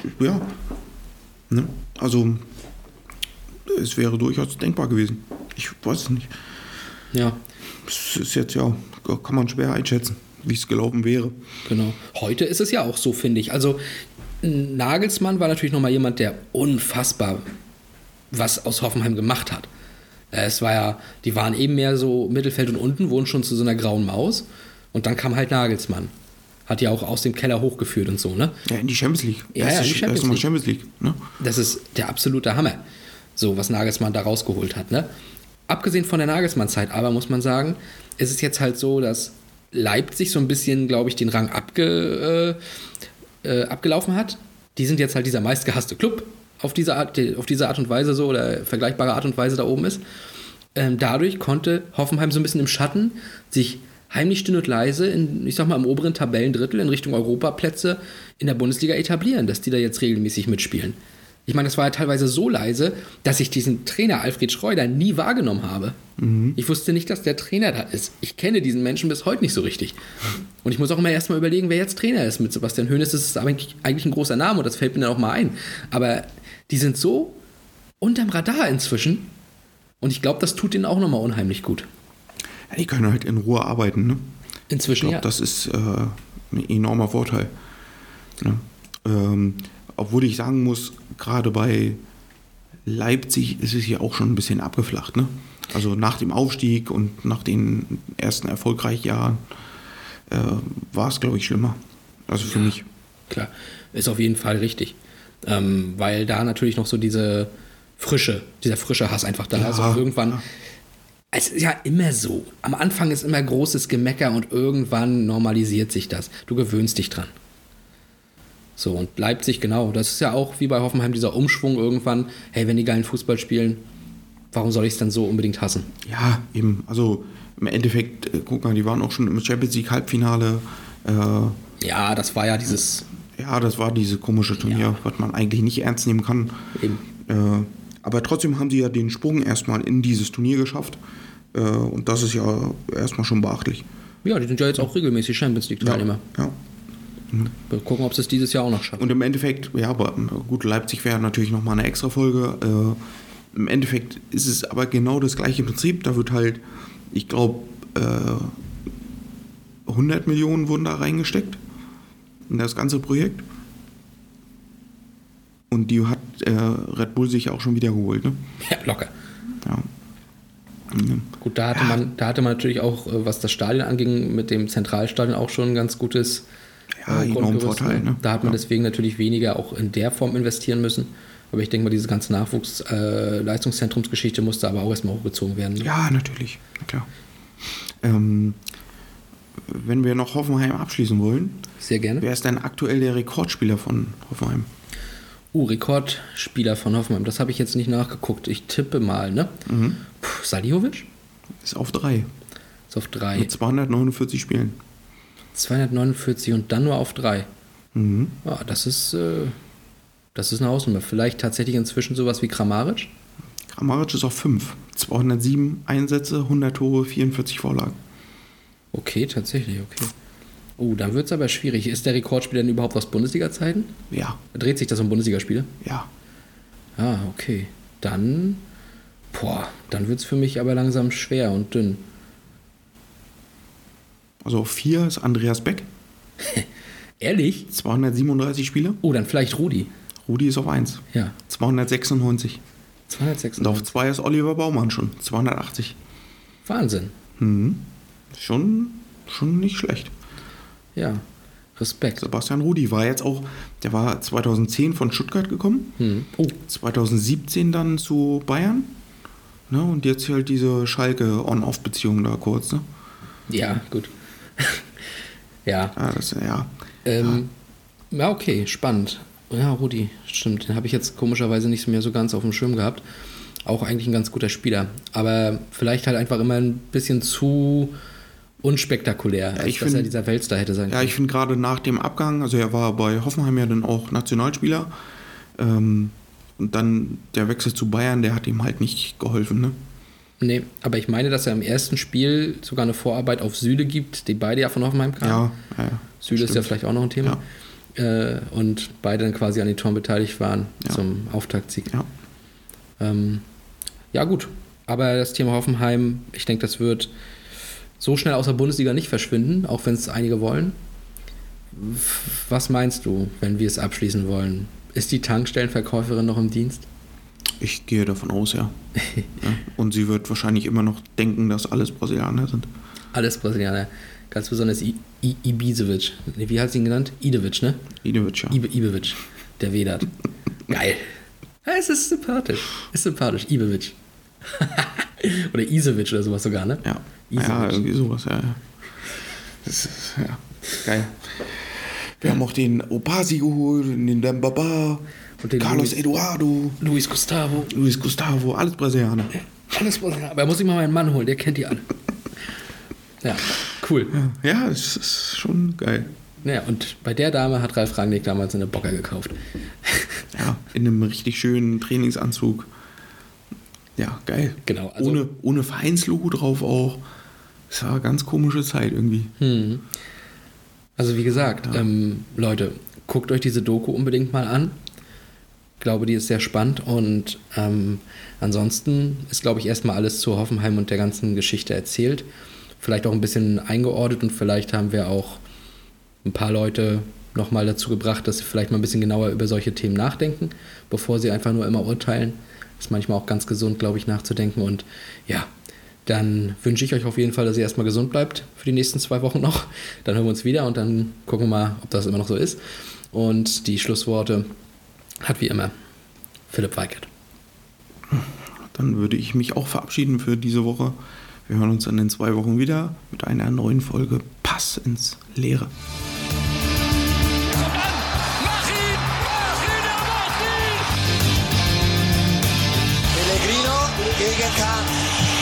Ne? Also, es wäre durchaus denkbar gewesen. Ich weiß es nicht. Ja. Es ist jetzt ja, kann man schwer einschätzen, wie es gelaufen wäre. Genau. Heute ist es ja auch so, finde ich. Also, Nagelsmann war natürlich nochmal jemand, der unfassbar was aus Hoffenheim gemacht hat. Es war ja, die waren eben mehr so Mittelfeld und unten, wurden schon zu so einer grauen Maus. Und dann kam halt Nagelsmann. Hat ja auch aus dem Keller hochgeführt und so, ne? Ja, in die Champions League. Ja, in die Champions League. Ne? Das ist der absolute Hammer, so was Nagelsmann da rausgeholt hat, ne? Abgesehen von der Nagelsmann-Zeit, aber muss man sagen, ist es jetzt halt so, dass Leipzig so ein bisschen, glaube ich, den Rang abgelaufen hat. Die sind jetzt halt dieser meistgehasste Club auf diese Art und Weise so oder vergleichbare Art und Weise da oben ist. Dadurch konnte Hoffenheim so ein bisschen im Schatten sich heimlich still und leise im oberen Tabellendrittel in Richtung Europaplätze in der Bundesliga etablieren, dass die da jetzt regelmäßig mitspielen. Ich meine, das war ja teilweise so leise, dass ich diesen Trainer Alfred Schreuder nie wahrgenommen habe. Ich wusste nicht, dass der Trainer da ist. Ich kenne diesen Menschen bis heute nicht so richtig. Und ich muss auch immer erstmal überlegen, wer jetzt Trainer ist. Mit Sebastian Hoeneß ist es eigentlich ein großer Name und das fällt mir dann auch mal ein. Aber die sind so unterm Radar inzwischen und ich glaube, das tut ihnen auch nochmal unheimlich gut. Ja, die können halt in Ruhe arbeiten, ne? Inzwischen, ja. Das ist ein enormer Vorteil. Ne? Obwohl ich sagen muss, gerade bei Leipzig ist es ja auch schon ein bisschen abgeflacht, ne? Also nach dem Aufstieg und nach den ersten erfolgreichen Jahren war es, glaube ich, schlimmer. Also für mich. Klar, ist auf jeden Fall richtig. Weil da natürlich noch so dieser frische Hass einfach da ist. Also irgendwann, es ist ja immer so. Am Anfang ist immer großes Gemecker und irgendwann normalisiert sich das. Du gewöhnst dich dran. So, und Leipzig, genau, das ist ja auch wie bei Hoffenheim dieser Umschwung irgendwann. Hey, wenn die geilen Fußball spielen, warum soll ich es dann so unbedingt hassen? Ja, eben. Also im Endeffekt, guck mal, die waren auch schon im Champions League Halbfinale. Ja, das war ja dieses... Ja, das war dieses komische Turnier, was man eigentlich nicht ernst nehmen kann. Eben. Aber trotzdem haben sie ja den Sprung erstmal in dieses Turnier geschafft. Und das ist ja erstmal schon beachtlich. Ja, die sind ja jetzt auch regelmäßig Champions League-Teilnehmer. Ja. Wir gucken, ob sie es dieses Jahr auch noch schaffen. Und im Endeffekt, ja, aber gut, Leipzig wäre natürlich nochmal eine extra Folge. Im Endeffekt ist es aber genau das gleiche Prinzip. Da wird halt, ich glaube, 100 Millionen wurden da reingesteckt in das ganze Projekt. Und die hat Red Bull sich auch schon wieder geholt, ne? Ja, locker. Ja. Gut, da hatte man natürlich auch, was das Stadion anging, mit dem Zentralstadion auch schon ein ganz gutes enormen Vorteil. Ne? Da hat man deswegen natürlich weniger auch in der Form investieren müssen. Aber ich denke mal, diese ganze Nachwuchs-Leistungszentrumsgeschichte musste aber auch erstmal hochgezogen werden. Ne? Ja, natürlich. Klar. Wenn wir noch Hoffenheim abschließen wollen, sehr gerne. Wer ist denn aktuell der Rekordspieler von Hoffenheim? Rekordspieler von Hoffenheim. Das habe ich jetzt nicht nachgeguckt. Ich tippe mal, ne? Salihowitsch? Ist auf 3. Ist auf 3. Mit 249 Spielen. 249 und dann nur auf 3. Mhm. Ja, das ist eine Hausnummer. Vielleicht tatsächlich inzwischen sowas wie Kramaric? Kramaric ist auf 5. 207 Einsätze, 100 Tore, 44 Vorlagen. Okay, tatsächlich, okay. Oh, dann wird es aber schwierig. Ist der Rekordspieler denn überhaupt aus Bundesliga-Zeiten? Ja. Dreht sich das um Bundesligaspiele? Ja. Ah, okay. Dann wird es für mich aber langsam schwer und dünn. Also auf 4 ist Andreas Beck. Ehrlich? 237 Spiele. Oh, dann vielleicht Rudi. Rudi ist auf 1. Ja. 296. 296. Und auf 2 ist Oliver Baumann schon. 280. Wahnsinn. Schon nicht schlecht. Ja. Respekt. Sebastian Rudi war jetzt auch, der war 2010 von Stuttgart gekommen. Oh. 2017 dann zu Bayern. Ne, und jetzt halt diese Schalke-On-Off-Beziehung da kurz. Ne? Ja, gut. Ja. Ja, okay, spannend. Ja, Rudi, stimmt. Den habe ich jetzt komischerweise nicht mehr so ganz auf dem Schirm gehabt. Auch eigentlich ein ganz guter Spieler. Aber vielleicht halt einfach immer ein bisschen zu unspektakulär, als dass er dieser Weltstar hätte sein können. Ja, ich finde gerade nach dem Abgang, also er war bei Hoffenheim ja dann auch Nationalspieler. Und dann der Wechsel zu Bayern, der hat ihm halt nicht geholfen, ne? Nee, aber ich meine, dass er im ersten Spiel sogar eine Vorarbeit auf Süle gibt, die beide ja von Hoffenheim kamen. Ja. Süle ist ja vielleicht auch noch ein Thema. Ja. Und beide dann quasi an den Toren beteiligt waren zum Auftaktsieg. Ja. Ja, gut. Aber das Thema Hoffenheim, ich denke, das wird so schnell aus der Bundesliga nicht verschwinden, auch wenn es einige wollen. Was meinst du, wenn wir es abschließen wollen? Ist die Tankstellenverkäuferin noch im Dienst? Ich gehe davon aus, ja. Und sie wird wahrscheinlich immer noch denken, dass alles Brasilianer sind. Alles Brasilianer. Ganz besonders Ibisevic. Wie hat sie ihn genannt? Idevic, ne? Idevic, ja. Ibevic. Der Vedat. Geil. Ja, es ist sympathisch. Ibevic. Oder Isevic oder sowas sogar, ne? Ja. Isevic. Ja, irgendwie sowas, ja. Das ist, ja, geil. Wir haben auch den Opasi geholt, den Dembaba, und den Carlos Eduardo, Luis Gustavo, alles Brasilianer. Alles Brasilianer. Aber er muss sich mal meinen Mann holen, der kennt die alle. Ja, cool. Ja, das ist schon geil. Ja, und bei der Dame hat Ralf Rangnick damals eine Bocker gekauft. Ja, in einem richtig schönen Trainingsanzug. Ja, geil. Genau. Also ohne Vereinslogo drauf auch. Es war eine ganz komische Zeit irgendwie. Also wie gesagt, Leute, guckt euch diese Doku unbedingt mal an. Ich glaube, die ist sehr spannend und ansonsten ist, glaube ich, erstmal alles zu Hoffenheim und der ganzen Geschichte erzählt. Vielleicht auch ein bisschen eingeordnet und vielleicht haben wir auch ein paar Leute nochmal dazu gebracht, dass sie vielleicht mal ein bisschen genauer über solche Themen nachdenken, bevor sie einfach nur immer urteilen. Ist manchmal auch ganz gesund, glaube ich, nachzudenken. Und ja, dann wünsche ich euch auf jeden Fall, dass ihr erstmal gesund bleibt für die nächsten 2 Wochen noch. Dann hören wir uns wieder und dann gucken wir mal, ob das immer noch so ist. Und die Schlussworte hat wie immer Philipp Weikert. Dann würde ich mich auch verabschieden für diese Woche. Wir hören uns dann in 2 Wochen wieder mit einer neuen Folge Pass ins Leere. Pellegrino gegen Kahn.